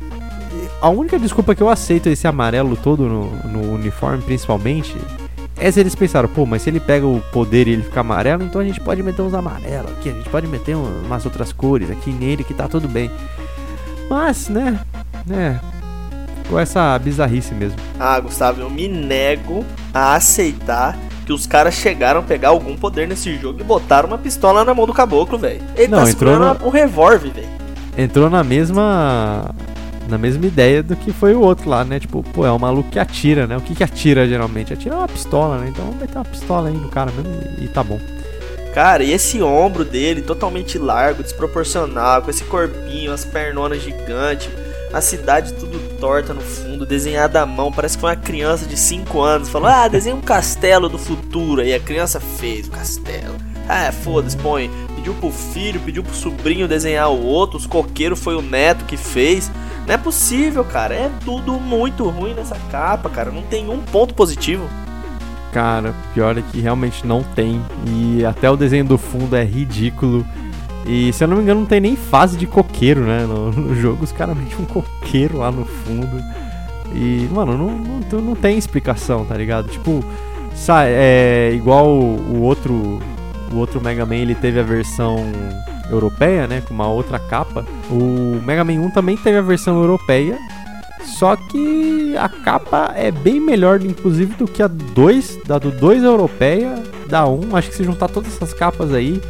a única desculpa que eu aceito esse amarelo todo no, no uniforme principalmente é se eles pensaram, pô, mas se ele pega o poder e ele fica amarelo, então a gente pode meter uns amarelos aqui, a gente pode meter umas outras cores aqui nele que tá tudo bem. Mas, né, né, com essa bizarrice mesmo. Ah, Gustavo, eu me nego a aceitar que os caras chegaram a pegar algum poder nesse jogo e botaram uma pistola na mão do caboclo, velho. Ele Não, tá entrou segurando no... um revólver, velho. Entrou na mesma... na mesma ideia do que foi o outro lá, né? Tipo, pô, é um maluco que atira, né? O que que atira geralmente? Atira uma pistola, né? Então vamos meter uma pistola aí no cara mesmo e, e tá bom. Cara, e esse ombro dele totalmente largo, desproporcional, com esse corpinho, as pernonas gigantes, a cidade tudo torta no fundo, desenhada à mão, parece que foi uma criança de cinco anos, falou, ah, desenha um castelo do futuro, aí a criança fez o castelo. Ah, foda-se, põe, pediu pro filho, pediu pro sobrinho desenhar o outro, os coqueiros foi o neto que fez. Não é possível, cara, é tudo muito ruim nessa capa, cara, não tem um ponto positivo. Cara, pior é que realmente não tem, e até o desenho do fundo é ridículo. E se eu não me engano não tem nem fase de coqueiro, né, no, no jogo os caras metem um coqueiro lá no fundo. E, mano, não, não, não tem explicação, tá ligado? Tipo, sabe, é igual o outro, o outro Mega Man, ele teve a versão europeia, né, com uma outra capa. O Mega Man um também teve a versão europeia, só que a capa é bem melhor, inclusive, do que a dois, da do dois europeia, da um. Acho que se juntar todas essas capas aí,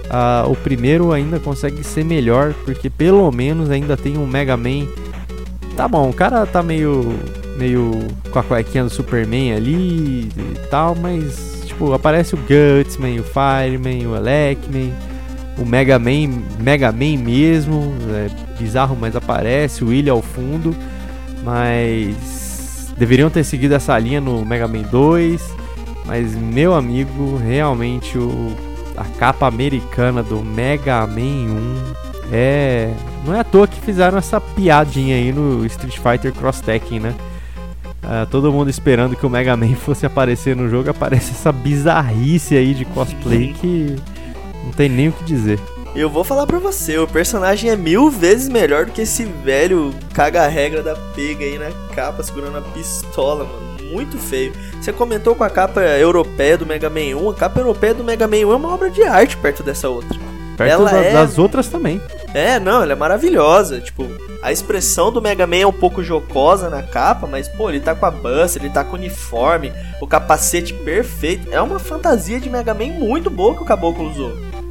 uh, o primeiro ainda consegue ser melhor, porque pelo menos ainda tem um Mega Man. Tá bom, o cara tá meio, meio com a cuequinha do Superman ali e tal, mas tipo, aparece o Gutsman, o Fireman, o Elecman, o Mega Man, Mega Man mesmo, é bizarro, mas aparece, o Willy ao fundo, mas deveriam ter seguido essa linha no Mega Man dois, mas meu amigo, realmente o, a capa americana do Mega Man um é... não é à toa que fizeram essa piadinha aí no Street Fighter Cross Tekken, né? Uh, todo mundo esperando que o Mega Man fosse aparecer no jogo, aparece essa bizarrice aí de cosplay que não tem nem o que dizer. Eu vou falar pra você, o personagem é mil vezes melhor do que esse velho caga-regra da pega aí na capa, segurando a pistola, mano. Muito feio. Você comentou com a capa europeia do Mega Man um, a capa europeia do Mega Man um é uma obra de arte perto dessa outra. Perto ela da, é... das outras também. É, não, ela é maravilhosa. Tipo, a expressão do Mega Man é um pouco jocosa na capa, mas, pô, ele tá com a Buster, ele tá com o uniforme, o capacete perfeito. É uma fantasia de Mega Man muito boa que o Caboclo usou.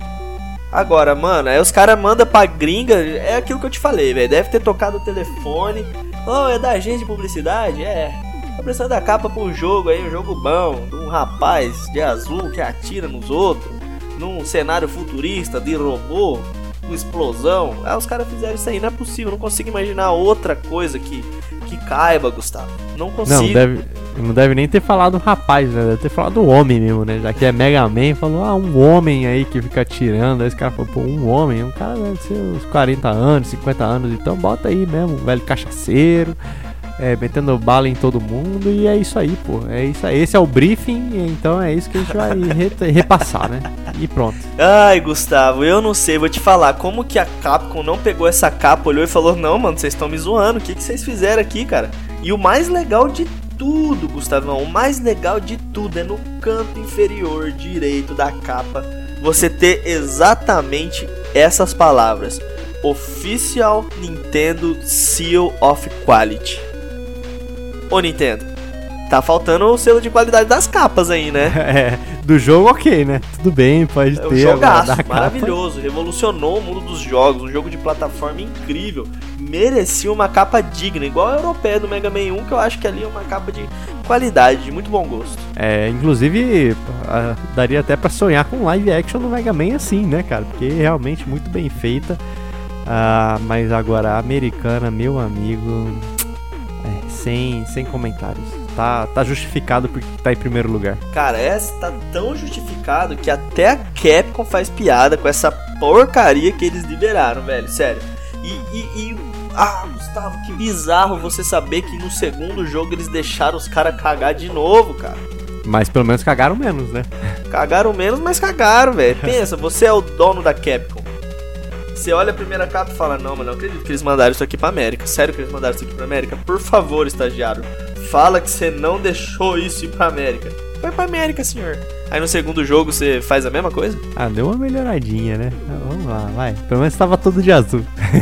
Agora, mano, aí os caras mandam pra gringa, é aquilo que eu te falei, velho. Deve ter tocado o telefone. Oh, é da agência de publicidade? É. Tá precisando da capa pro jogo aí, um jogo bom, de um rapaz de azul que atira nos outros, num cenário futurista de robô, com explosão. Aí os caras fizeram isso aí, não é possível, não consigo imaginar outra coisa que, que caiba, Gustavo. Não consigo. Não deve, não deve nem ter falado rapaz, né? Deve ter falado homem mesmo, né? Já que é Mega Man, falou, ah, um homem aí que fica atirando. Aí esse cara falou, pô, um homem, um cara deve ser uns quarenta anos, cinquenta anos, então bota aí mesmo, um velho cachaceiro. É, metendo bala em todo mundo, e é isso aí, pô. É isso aí. Esse é o briefing, então é isso que a gente vai re- repassar, né? E pronto. Ai, Gustavo, eu não sei, vou te falar. Como que a Capcom não pegou essa capa, olhou e falou, não, mano, vocês estão me zoando. O que, que vocês fizeram aqui, cara? E o mais legal de tudo, Gustavão, o mais legal de tudo é no canto inferior direito da capa você ter exatamente essas palavras: Official Nintendo Seal of Quality. Ô Nintendo, tá faltando o selo de qualidade das capas aí, né? É, do jogo ok, né? Tudo bem, pode ter. É um jogaço, maravilhoso, revolucionou o mundo dos jogos, um jogo de plataforma incrível, merecia uma capa digna, igual a europeia do Mega Man um, que eu acho que ali é uma capa de qualidade, de muito bom gosto. É, inclusive, uh, daria até pra sonhar com live action do Mega Man assim, né, cara? Porque é realmente muito bem feita, uh, mas agora a americana, meu amigo... É, sem, sem comentários. Tá, tá justificado porque tá em primeiro lugar. Cara, essa tá tão justificado que até a Capcom faz piada com essa porcaria que eles liberaram, velho. Sério. E, e, e... Ah, Gustavo, que bizarro você saber que no segundo jogo eles deixaram os caras cagar de novo, cara. Mas pelo menos cagaram menos, né? Cagaram menos, mas cagaram, velho. Pensa, você é o dono da Capcom. Você olha a primeira capa e fala, não, mas não acredito que eles mandaram isso aqui pra América. Sério que eles mandaram isso aqui pra América? Por favor, estagiário, fala que você não deixou isso ir pra América. Foi pra América, senhor. Aí no segundo jogo você faz a mesma coisa? Ah, deu uma melhoradinha, né? Ah, vamos lá, vai. Pelo menos tava todo de azul.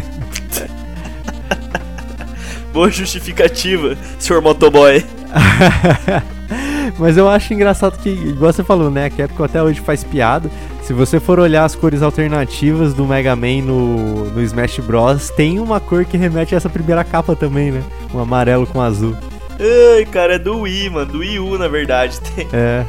Boa justificativa, senhor motoboy. Mas eu acho engraçado que, igual você falou, né? A Capcom até hoje faz piada. Se você for olhar as cores alternativas do Mega Man no, no Smash Bros, tem uma cor que remete a essa primeira capa também, né? Um amarelo com azul. Ai, cara, é do Wii, mano. Do Wii U, na verdade. Tem... É.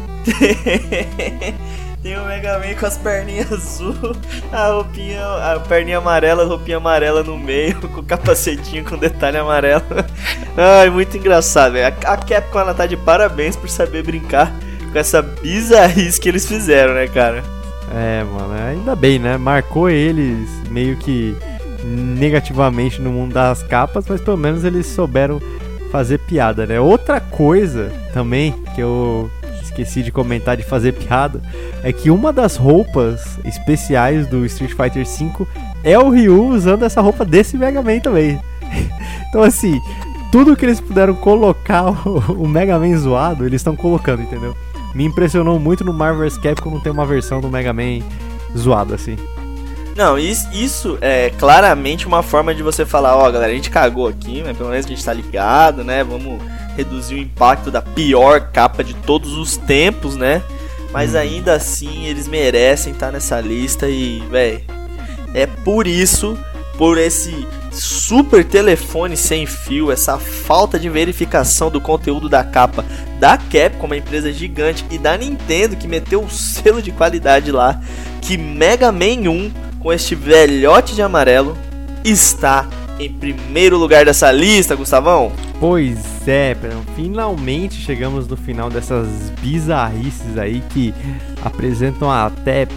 Tem o Mega Man com as perninhas azul, a roupinha, a perninha amarela, a roupinha amarela no meio, com o capacetinho com detalhe amarelo. Ai, muito engraçado, velho. A Capcom, ela tá de parabéns por saber brincar com essa bizarrice que eles fizeram, né, cara? É, mano, ainda bem, né? Marcou eles meio que negativamente no mundo das capas, mas pelo menos eles souberam fazer piada, né? Outra coisa também que eu esqueci de comentar de fazer piada é que uma das roupas especiais do Street Fighter cinco é o Ryu usando essa roupa desse Mega Man também. Então assim, tudo que eles puderam colocar o, o Mega Man zoado, eles estão colocando, entendeu? Me impressionou muito no Marvel versus. Capcom não ter uma versão do Mega Man zoado assim. Não, isso, isso é claramente uma forma de você falar, ó, oh, galera, a gente cagou aqui, mas pelo menos a gente tá ligado, né? Vamos reduzir o impacto da pior capa de todos os tempos, né? mas Hum. ainda assim eles merecem estar nessa lista e, véi, é por isso, por esse super telefone sem fio, essa falta de verificação do conteúdo da capa da Capcom, uma empresa gigante, e da Nintendo, que meteu o selo de qualidade lá, que Mega Man um, com este velhote de amarelo, está em primeiro lugar dessa lista, Gustavão. Pois é, Pedrão, finalmente chegamos no final dessas bizarrices aí que apresentam até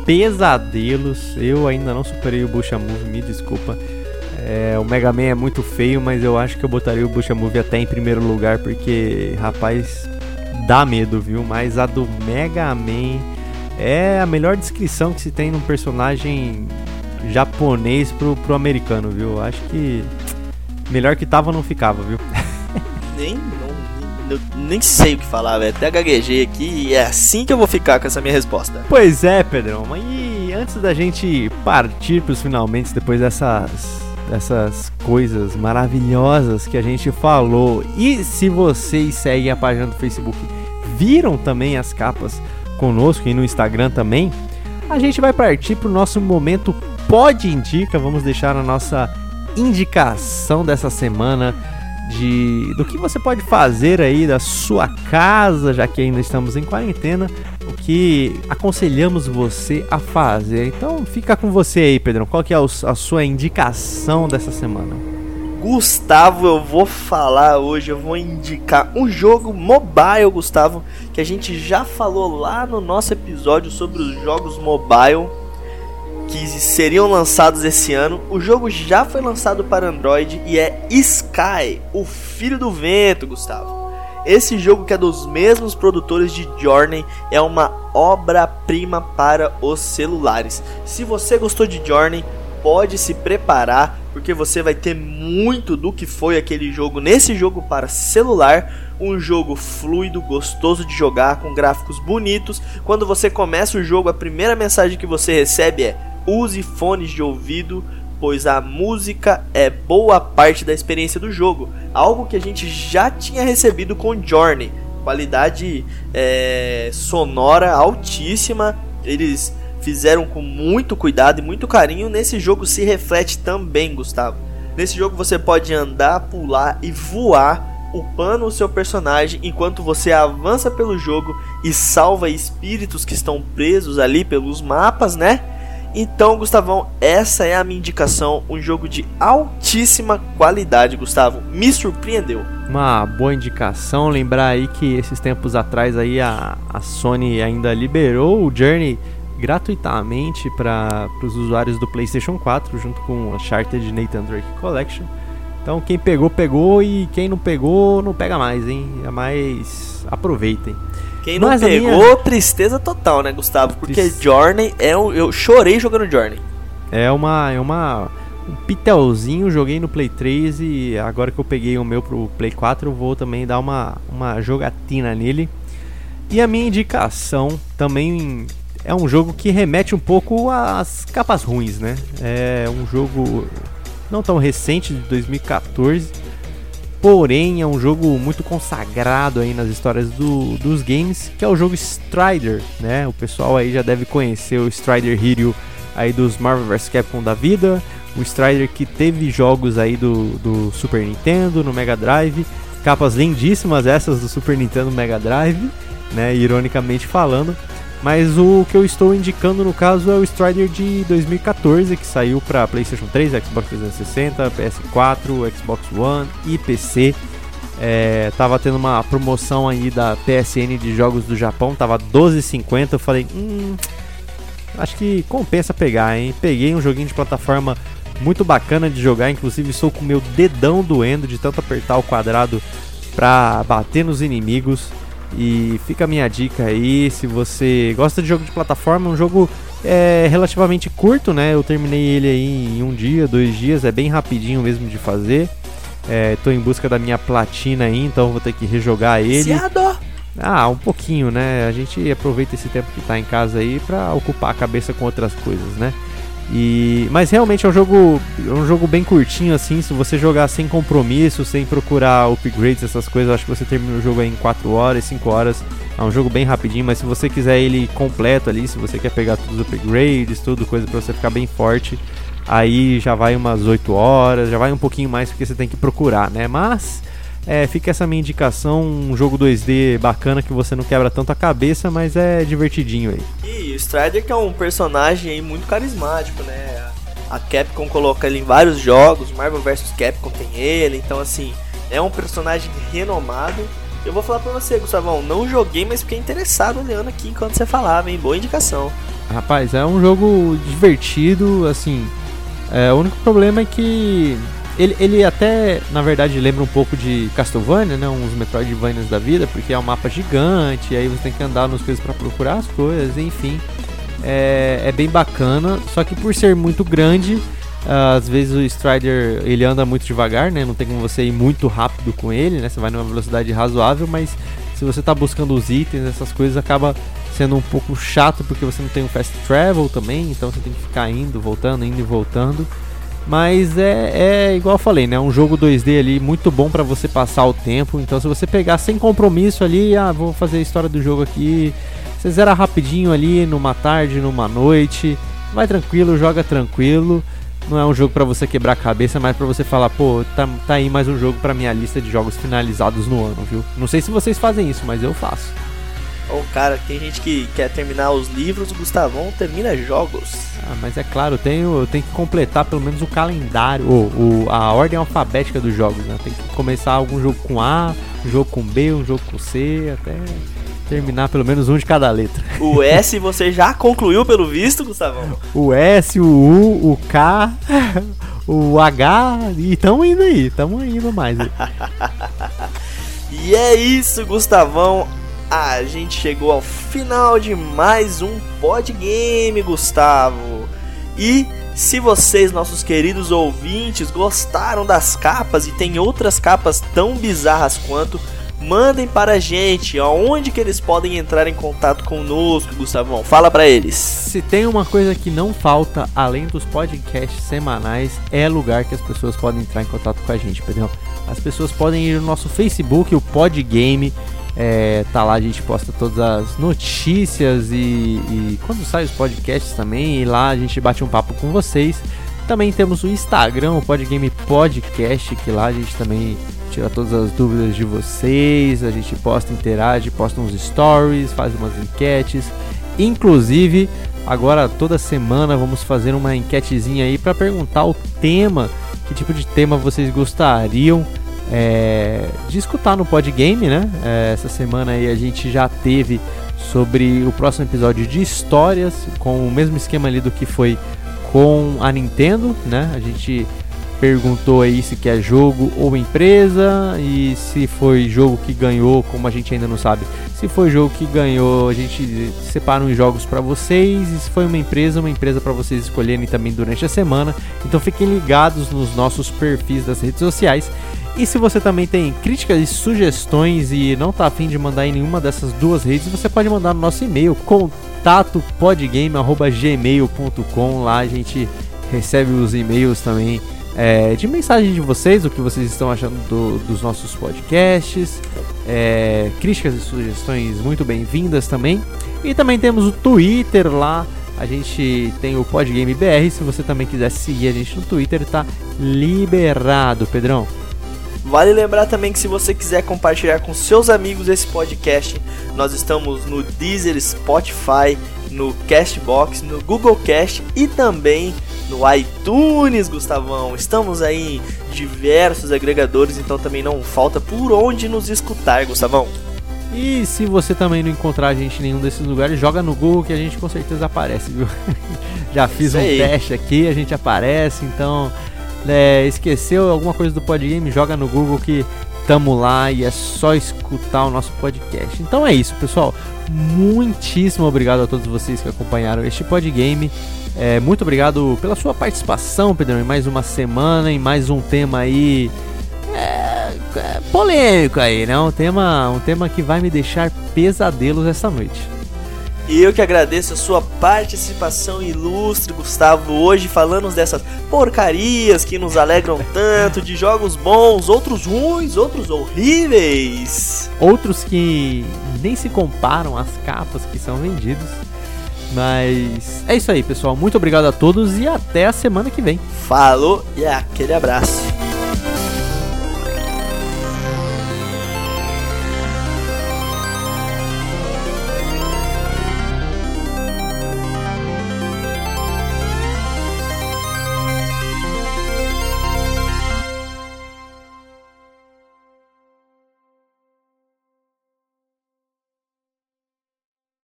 pesadelos. Eu ainda não superei o Bucha Move, me desculpa. É, o Mega Man é muito feio, mas eu acho que eu botaria o Bucha Move até em primeiro lugar, porque, rapaz, dá medo, viu? Mas a do Mega Man é a melhor descrição que se tem num personagem japonês pro, pro americano, viu? Acho que melhor que tava não ficava, viu? Nem, não, nem, nem sei o que falar, velho. Até gaguejei aqui e é assim que eu vou ficar com essa minha resposta. Pois é, Pedrão. E antes da gente partir pros finalmente, depois dessas, dessas coisas maravilhosas que a gente falou, e se vocês seguem a página do Facebook, viram também as capas conosco e no Instagram também, a gente vai partir pro nosso momento Pod Indica. Vamos deixar a nossa indicação dessa semana de do que você pode fazer aí da sua casa, já que ainda estamos em quarentena, o que aconselhamos você a fazer. Então fica com você aí, Pedrão. Qual que é a sua indicação dessa semana? Gustavo, eu vou falar hoje, eu vou indicar um jogo mobile, Gustavo, que a gente já falou lá no nosso episódio sobre os jogos mobile que seriam lançados esse ano. O jogo já foi lançado para Android e é Sky, o Filho do Vento, Gustavo. Esse jogo, que é dos mesmos produtores de Journey, é uma obra-prima para os celulares. Se você gostou de Journey, pode se preparar, porque você vai ter muito do que foi aquele jogo nesse jogo para celular. Um jogo fluido, gostoso de jogar, com gráficos bonitos. Quando você começa o jogo, a primeira mensagem que você recebe é: use fones de ouvido, pois a música é boa parte da experiência do jogo. Algo que a gente já tinha recebido com Journey. Qualidade é, sonora altíssima. Eles fizeram com muito cuidado e muito carinho. Nesse jogo se reflete também, Gustavo. Nesse jogo você pode andar, pular e voar, upando o seu personagem enquanto você avança pelo jogo e salva espíritos que estão presos ali pelos mapas, né? Então, Gustavão, essa é a minha indicação. Um jogo de altíssima qualidade, Gustavo. Me surpreendeu. Uma boa indicação. Lembrar aí que esses tempos atrás aí a, a Sony ainda liberou o Journey gratuitamente para os usuários do PlayStation quatro, junto com a Uncharted Nathan Drake Collection. Então quem pegou, pegou, e quem não pegou, não pega mais, hein? Mas aproveitem. Quem não Mas pegou, minha... tristeza total, né, Gustavo? Porque Trist... Journey é um... Eu chorei jogando Journey. É uma... É uma... Um pitelzinho, joguei no Play três e agora que eu peguei o meu pro Play quatro, eu vou também dar uma, uma jogatina nele. E a minha indicação também é um jogo que remete um pouco às capas ruins, né? É um jogo não tão recente, de dois mil e quatorze, porém é um jogo muito consagrado aí nas histórias do, dos games, que é o jogo Strider, né? O pessoal aí já deve conhecer o Strider Hero aí dos Marvel versus. Capcom da vida, o Strider que teve jogos aí do, do Super Nintendo, no Mega Drive, capas lindíssimas essas do Super Nintendo Mega Drive, né? Ironicamente falando. Mas o que eu estou indicando no caso é o Strider de dois mil e quatorze, que saiu para PlayStation três, Xbox trezentos e sessenta, P S quatro, Xbox One e P C. É, tava tendo uma promoção aí da P S N de jogos do Japão, tava doze reais e cinquenta centavos. Eu falei, hum, acho que compensa pegar, hein? Peguei um joguinho de plataforma muito bacana de jogar, inclusive estou com o meu dedão doendo de tanto apertar o quadrado para bater nos inimigos. E fica a minha dica aí, se você gosta de jogo de plataforma, um jogo é, relativamente curto, né? Eu terminei ele aí em um dia, dois dias, é bem rapidinho mesmo de fazer. É, tô em busca da minha platina aí, então vou ter que rejogar ele. Ciado. Ah, um pouquinho, né? A gente aproveita esse tempo que tá em casa aí pra ocupar a cabeça com outras coisas, né? E, mas realmente é um jogo, é um jogo bem curtinho assim, se você jogar sem compromisso, sem procurar upgrades, essas coisas, eu acho que você termina o jogo aí em quatro horas, cinco horas. É um jogo bem rapidinho, mas se você quiser ele completo ali, se você quer pegar todos os upgrades, tudo, coisa pra você ficar bem forte, aí já vai umas oito horas, já vai um pouquinho mais porque você tem que procurar, né? Mas é, fica essa minha indicação, um jogo dois D bacana que você não quebra tanto a cabeça, mas é divertidinho aí. E o Strider que é um personagem aí muito carismático, né? A Capcom coloca ele em vários jogos, Marvel versus. Capcom tem ele, então assim, é um personagem renomado. Eu vou falar pra você, Gustavão, não joguei, mas fiquei interessado olhando aqui enquanto você falava, hein? Boa indicação. Rapaz, é um jogo divertido, assim, é, o único problema é que ele, ele até, na verdade, lembra um pouco de Castlevania, né? Uns Metroidvanias da vida, porque é um mapa gigante, aí você tem que andar nas coisas pra procurar as coisas, enfim. É, é bem bacana, só que por ser muito grande, uh, às vezes o Strider ele anda muito devagar, né? Não tem como você ir muito rápido com ele, né? Você vai numa velocidade razoável, mas se você tá buscando os itens, essas coisas, acaba sendo um pouco chato, porque você não tem um fast travel também, então você tem que ficar indo, voltando, indo e voltando. Mas é, é igual eu falei, né? Um jogo dois D ali muito bom pra você passar o tempo. Então se você pegar sem compromisso ali, ah, vou fazer a história do jogo aqui, você zera rapidinho ali, numa tarde, numa noite, vai tranquilo, joga tranquilo. Não é um jogo pra você quebrar a cabeça, mas pra você falar, pô, tá, tá aí mais um jogo pra minha lista de jogos finalizados no ano, viu? Não sei se vocês fazem isso, mas eu faço. Ô, oh, cara, tem gente que quer terminar os livros, o Gustavão termina jogos. Ah, mas é claro, eu tenho, eu tenho que completar pelo menos o calendário, o, o, a ordem alfabética dos jogos, né? Tem que começar algum jogo com A, um jogo com B, um jogo com C, até terminar pelo menos um de cada letra. O S você já concluiu pelo visto, Gustavão? O S, o U, o K, o H, e tamo indo aí, tamo indo mais aí. E é isso, Gustavão. A gente chegou ao final de mais um Podgame, Gustavo. E se vocês, nossos queridos ouvintes, gostaram das capas e tem outras capas tão bizarras quanto, mandem para a gente aonde que eles podem entrar em contato conosco, Gustavão. Fala para eles. Se tem uma coisa que não falta, além dos podcasts semanais, é lugar que as pessoas podem entrar em contato com a gente, Pedrão. As pessoas podem ir no nosso Facebook, o Podgame. É, tá lá, a gente posta todas as notícias e, e quando sai os podcasts também, e lá a gente bate um papo com vocês. Também temos o Instagram, o Podgame Podcast, que lá a gente também tira todas as dúvidas de vocês, a gente posta, interage, posta uns stories, faz umas enquetes. Inclusive, agora toda semana vamos fazer uma enquetezinha aí para perguntar o tema, que tipo de tema vocês gostariam É, de escutar no Podgame, né? É, essa semana aí a gente já teve sobre o próximo episódio de histórias, com o mesmo esquema ali do que foi com a Nintendo, né? A gente perguntou aí se quer jogo ou empresa, e se foi jogo que ganhou, como a gente ainda não sabe, se foi jogo que ganhou, a gente separa uns jogos para vocês, e se foi uma empresa, uma empresa para vocês escolherem também durante a semana. Então fiquem ligados nos nossos perfis das redes sociais. E se você também tem críticas e sugestões e não tá afim de mandar em nenhuma dessas duas redes, você pode mandar no nosso e-mail, contato podgame arroba gmail ponto com. Lá a gente recebe os e-mails também é, de mensagem de vocês, o que vocês estão achando do, dos nossos podcasts, é, críticas e sugestões muito bem-vindas também. E também temos o Twitter lá, a gente tem o Podgame B R, se você também quiser seguir a gente no Twitter, tá liberado, Pedrão. Vale lembrar também que se você quiser compartilhar com seus amigos esse podcast, nós estamos no Deezer, Spotify, no Castbox, no Google Cast e também no iTunes, Gustavão. Estamos aí em diversos agregadores, então também não falta por onde nos escutar, Gustavão. E se você também não encontrar a gente em nenhum desses lugares, joga no Google que a gente com certeza aparece, viu? Já fiz um teste aqui, a gente aparece, então... É, esqueceu alguma coisa do Podgame, joga no Google que tamo lá e é só escutar o nosso podcast. Então é isso, pessoal. Muitíssimo obrigado a todos vocês que acompanharam este Podgame. É, muito obrigado pela sua participação, Pedrão, em mais uma semana, em mais um tema aí é, é, polêmico aí, né? Um tema, um tema que vai me deixar pesadelos essa noite. Eu que agradeço a sua participação ilustre, Gustavo, hoje falando dessas porcarias que nos alegram tanto, de jogos bons, outros ruins, outros horríveis. Outros que nem se comparam às capas que são vendidos. Mas é isso aí, pessoal. Muito obrigado a todos e até a semana que vem. Falou e aquele abraço.